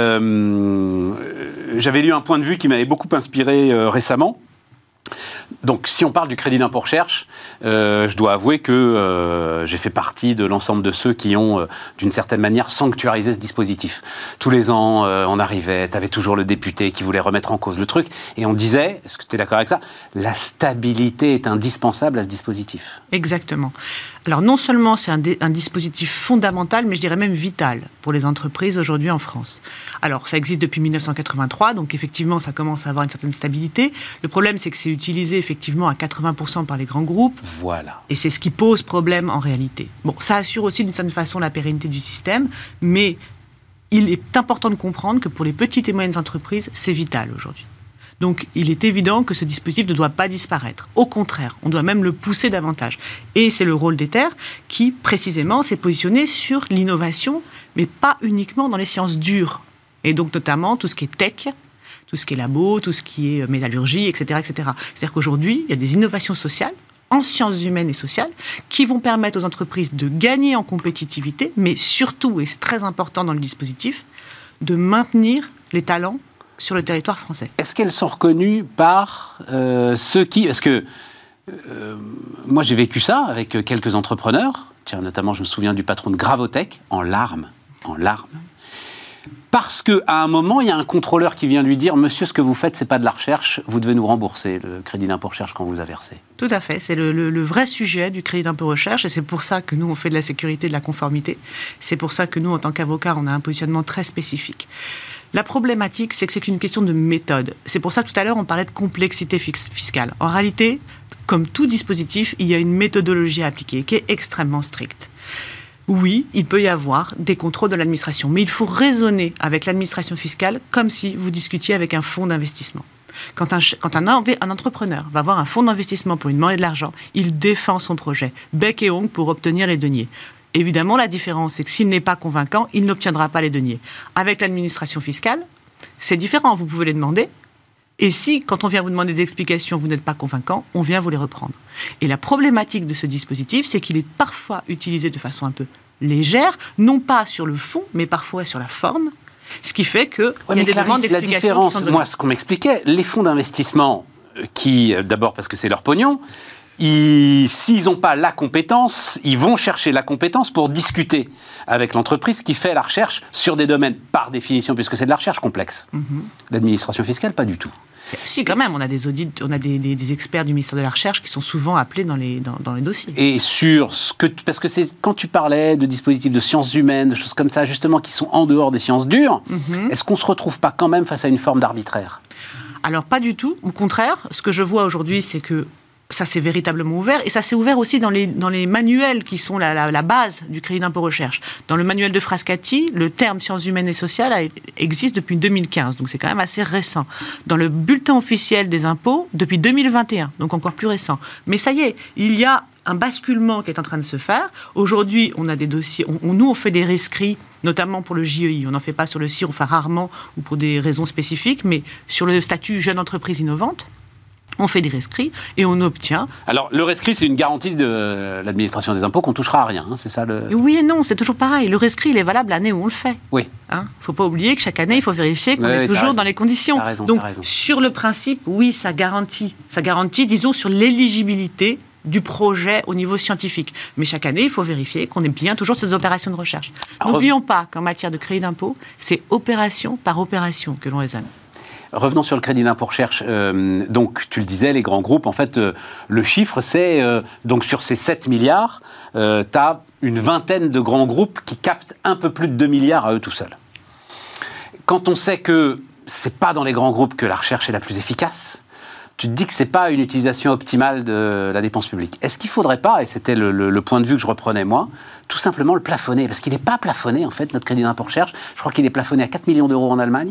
J'avais lu un point de vue qui m'avait beaucoup inspiré récemment. Donc, si on parle du crédit d'impôt recherche, je dois avouer que j'ai fait partie de l'ensemble de ceux qui ont, d'une certaine manière, sanctuarisé ce dispositif. Tous les ans, on arrivait, t'avais toujours le député qui voulait remettre en cause le truc, et on disait, est-ce que tu es d'accord avec ça ? La stabilité est indispensable à ce dispositif. Exactement. Alors, non seulement c'est un dispositif fondamental, mais je dirais même vital pour les entreprises aujourd'hui en France. Alors, ça existe depuis 1983, donc effectivement, ça commence à avoir une certaine stabilité. Le problème, c'est que c'est utilisé effectivement à 80% par les grands groupes. Voilà. Et c'est ce qui pose problème en réalité. Bon, ça assure aussi d'une certaine façon la pérennité du système, mais il est important de comprendre que pour les petites et moyennes entreprises, c'est vital aujourd'hui. Donc, il est évident que ce dispositif ne doit pas disparaître. Au contraire, on doit même le pousser davantage. Et c'est le rôle d'Ether qui, précisément, s'est positionné sur l'innovation, mais pas uniquement dans les sciences dures. Et donc, notamment, tout ce qui est tech, tout ce qui est labo, tout ce qui est métallurgie, etc., etc. C'est-à-dire qu'aujourd'hui, il y a des innovations sociales, en sciences humaines et sociales, qui vont permettre aux entreprises de gagner en compétitivité, mais surtout, et c'est très important dans le dispositif, de maintenir les talents sur le territoire français. Est-ce qu'elles sont reconnues par ceux qui... Parce que moi, j'ai vécu ça avec quelques entrepreneurs. Tiens, notamment, je me souviens du patron de Gravotech, en larmes. Parce qu'à un moment, il y a un contrôleur qui vient lui dire « Monsieur, ce que vous faites, c'est pas de la recherche, vous devez nous rembourser le crédit d'impôt recherche quand vous a versé. » Tout à fait. C'est le vrai sujet du crédit d'impôt recherche, et c'est pour ça que nous, on fait de la sécurité, de la conformité. C'est pour ça que nous, en tant qu'avocats, on a un positionnement très spécifique. La problématique, c'est que c'est une question de méthode. C'est pour ça que tout à l'heure, on parlait de complexité fiscale. En réalité, comme tout dispositif, il y a une méthodologie à appliquer qui est extrêmement stricte. Oui, il peut y avoir des contrôles de l'administration, mais il faut raisonner avec l'administration fiscale comme si vous discutiez avec un fonds d'investissement. Quand un entrepreneur va avoir un fonds d'investissement pour lui demander de l'argent, il défend son projet, bec et ongle pour obtenir les deniers. Évidemment, la différence, c'est que s'il n'est pas convaincant, il n'obtiendra pas les deniers. Avec l'administration fiscale, c'est différent, vous pouvez les demander. Et si, quand on vient vous demander des explications, vous n'êtes pas convaincant, on vient vous les reprendre. Et la problématique de ce dispositif, c'est qu'il est parfois utilisé de façon un peu légère, non pas sur le fond, mais parfois sur la forme, ce qui fait qu'il y a des demandes d'explications qui sont données. Moi, ce qu'on m'expliquait, les fonds d'investissement qui, d'abord parce que c'est leur pognon, s'ils n'ont pas la compétence, ils vont chercher la compétence pour discuter avec l'entreprise qui fait la recherche sur des domaines, par définition, puisque c'est de la recherche complexe. L'administration fiscale, pas du tout. Si, quand même, on a des audits, on a des experts du ministère de la Recherche qui sont souvent appelés dans les dossiers. Et sur ce que... Parce que c'est quand tu parlais de dispositifs de sciences humaines, de choses comme ça, justement, qui sont en dehors des sciences dures, est-ce qu'on ne se retrouve pas quand même face à une forme d'arbitraire ? Alors, pas du tout. Au contraire, ce que je vois aujourd'hui, c'est que ça s'est véritablement ouvert, et ça s'est ouvert aussi dans les manuels qui sont la base du crédit d'impôt recherche. Dans le manuel de Frascati, le terme sciences humaines et sociales existe depuis 2015, donc c'est quand même assez récent. Dans le bulletin officiel des impôts, depuis 2021, donc encore plus récent. Mais ça y est, il y a un basculement qui est en train de se faire. Aujourd'hui, on a des dossiers, nous on fait des rescrits, notamment pour le JEI. On n'en fait pas sur le CIR, on fait rarement ou pour des raisons spécifiques, mais sur le statut jeune entreprise innovante, on fait des rescrits et on obtient... Alors, le rescrit, c'est une garantie de l'administration des impôts qu'on ne touchera à rien, hein, c'est ça le... Oui et non, c'est toujours pareil. Le rescrit, il est valable l'année où on le fait. Oui. Il ne faut pas oublier que chaque année, il faut vérifier qu'on est toujours dans les conditions. T'as raison, Donc, t'as raison. sur le principe, oui, ça garantit, disons, sur l'éligibilité du projet au niveau scientifique. Mais chaque année, il faut vérifier qu'on est bien toujours sur ces opérations de recherche. N'oublions pas qu'en matière de crédit d'impôt, c'est opération par opération que l'on raisonne. Revenons sur le crédit d'impôt recherche. Donc, tu le disais, les grands groupes, en fait, le chiffre, c'est... donc, sur ces 7 milliards, tu as une vingtaine de grands groupes qui captent un peu plus de 2 milliards à eux tout seuls. Quand on sait que c'est pas dans les grands groupes que la recherche est la plus efficace, tu te dis que c'est pas une utilisation optimale de la dépense publique. Est-ce qu'il faudrait pas, et c'était le point de vue que je reprenais moi, tout simplement le plafonner? Parce qu'il n'est pas plafonné, en fait, notre crédit d'impôt recherche. Je crois qu'il est plafonné à 4 millions d'euros en Allemagne.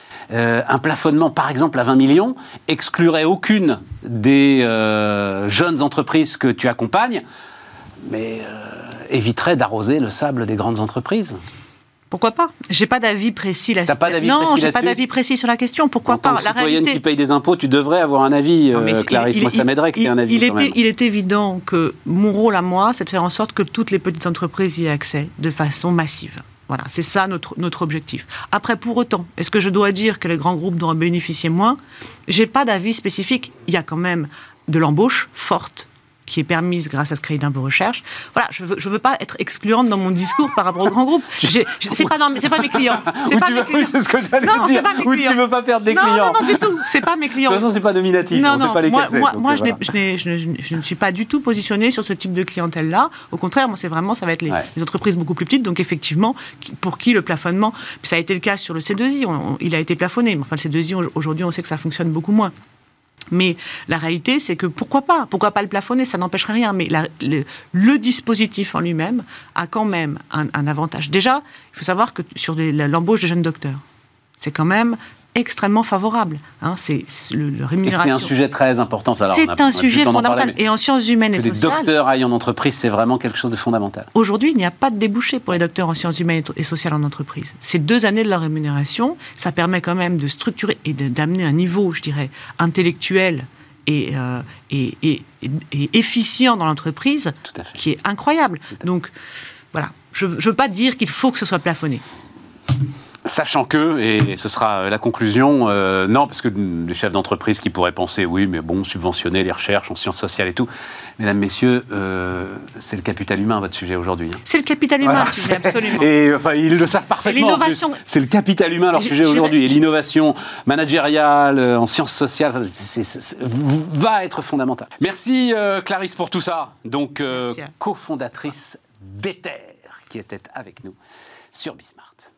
Un plafonnement, par exemple, à 20 millions, exclurait aucune des jeunes entreprises que tu accompagnes, mais éviterait d'arroser le sable des grandes entreprises. Pourquoi pas? J'ai pas d'avis précis là-dessus. T'as pas d'avis précis là-dessus? Non, j'ai pas d'avis précis sur la question. Pourquoi pas? En tant que citoyenne qui paye des impôts, tu devrais avoir un avis, Clarisse. Moi, ça m'aiderait que tu aies un avis quand même. Il est évident que mon rôle à moi, c'est de faire en sorte que toutes les petites entreprises y aient accès de façon massive. Voilà, c'est ça notre objectif. Après, pour autant, est-ce que je dois dire que les grands groupes doivent en bénéficier moins? J'ai pas d'avis spécifique. Il y a quand même de l'embauche forte qui est permise grâce à ce crédit d'impôt recherche. Voilà, je veux pas être excluante dans mon discours par rapport aux grands groupes. C'est pas mes clients. Oui, c'est ce que j'allais dire. C'est pas mes clients. Ou tu veux pas perdre des clients. Non, du tout. C'est pas mes clients. De toute façon, c'est pas nominatif. Non, on sait pas les casser. Moi, je ne suis pas du tout positionnée sur ce type de clientèle-là. Au contraire, moi, ça va être les entreprises beaucoup plus petites. Donc, effectivement, pour qui le plafonnement, ça a été le cas sur le C2I. Il a été plafonné. Mais enfin, le C2I, aujourd'hui, on sait que ça fonctionne beaucoup moins. Mais la réalité, c'est que pourquoi pas le plafonner, ça n'empêcherait rien. Mais le dispositif en lui-même a quand même un avantage. Déjà, il faut savoir que sur l'embauche de jeunes docteurs, c'est quand même extrêmement favorable. Hein, c'est le rémunération. Et c'est un sujet très important. Ça. Alors, c'est un sujet fondamental. Et en sciences humaines et sociales... Les docteurs aillent en entreprise, c'est vraiment quelque chose de fondamental. Aujourd'hui, il n'y a pas de débouché pour les docteurs en sciences humaines et sociales en entreprise. C'est 2 années de leur rémunération. Ça permet quand même de structurer et d'amener un niveau, je dirais, intellectuel et efficient dans l'entreprise qui est incroyable. Donc, voilà. Je ne veux pas dire qu'il faut que ce soit plafonné. Sachant que, et ce sera la conclusion, non, parce que les chefs d'entreprise qui pourraient penser, oui, mais bon, subventionner les recherches en sciences sociales et tout. Mesdames, messieurs, c'est le capital humain, votre sujet aujourd'hui. Hein. C'est le capital humain, le sujet, absolument. Et enfin, ils le savent parfaitement. L'innovation... C'est le capital humain, leur sujet aujourd'hui. Et l'innovation managériale en sciences sociales va être fondamentale. Merci, Clarisse, pour tout ça. Donc, cofondatrice d'Ether, qui était avec nous sur Bismart.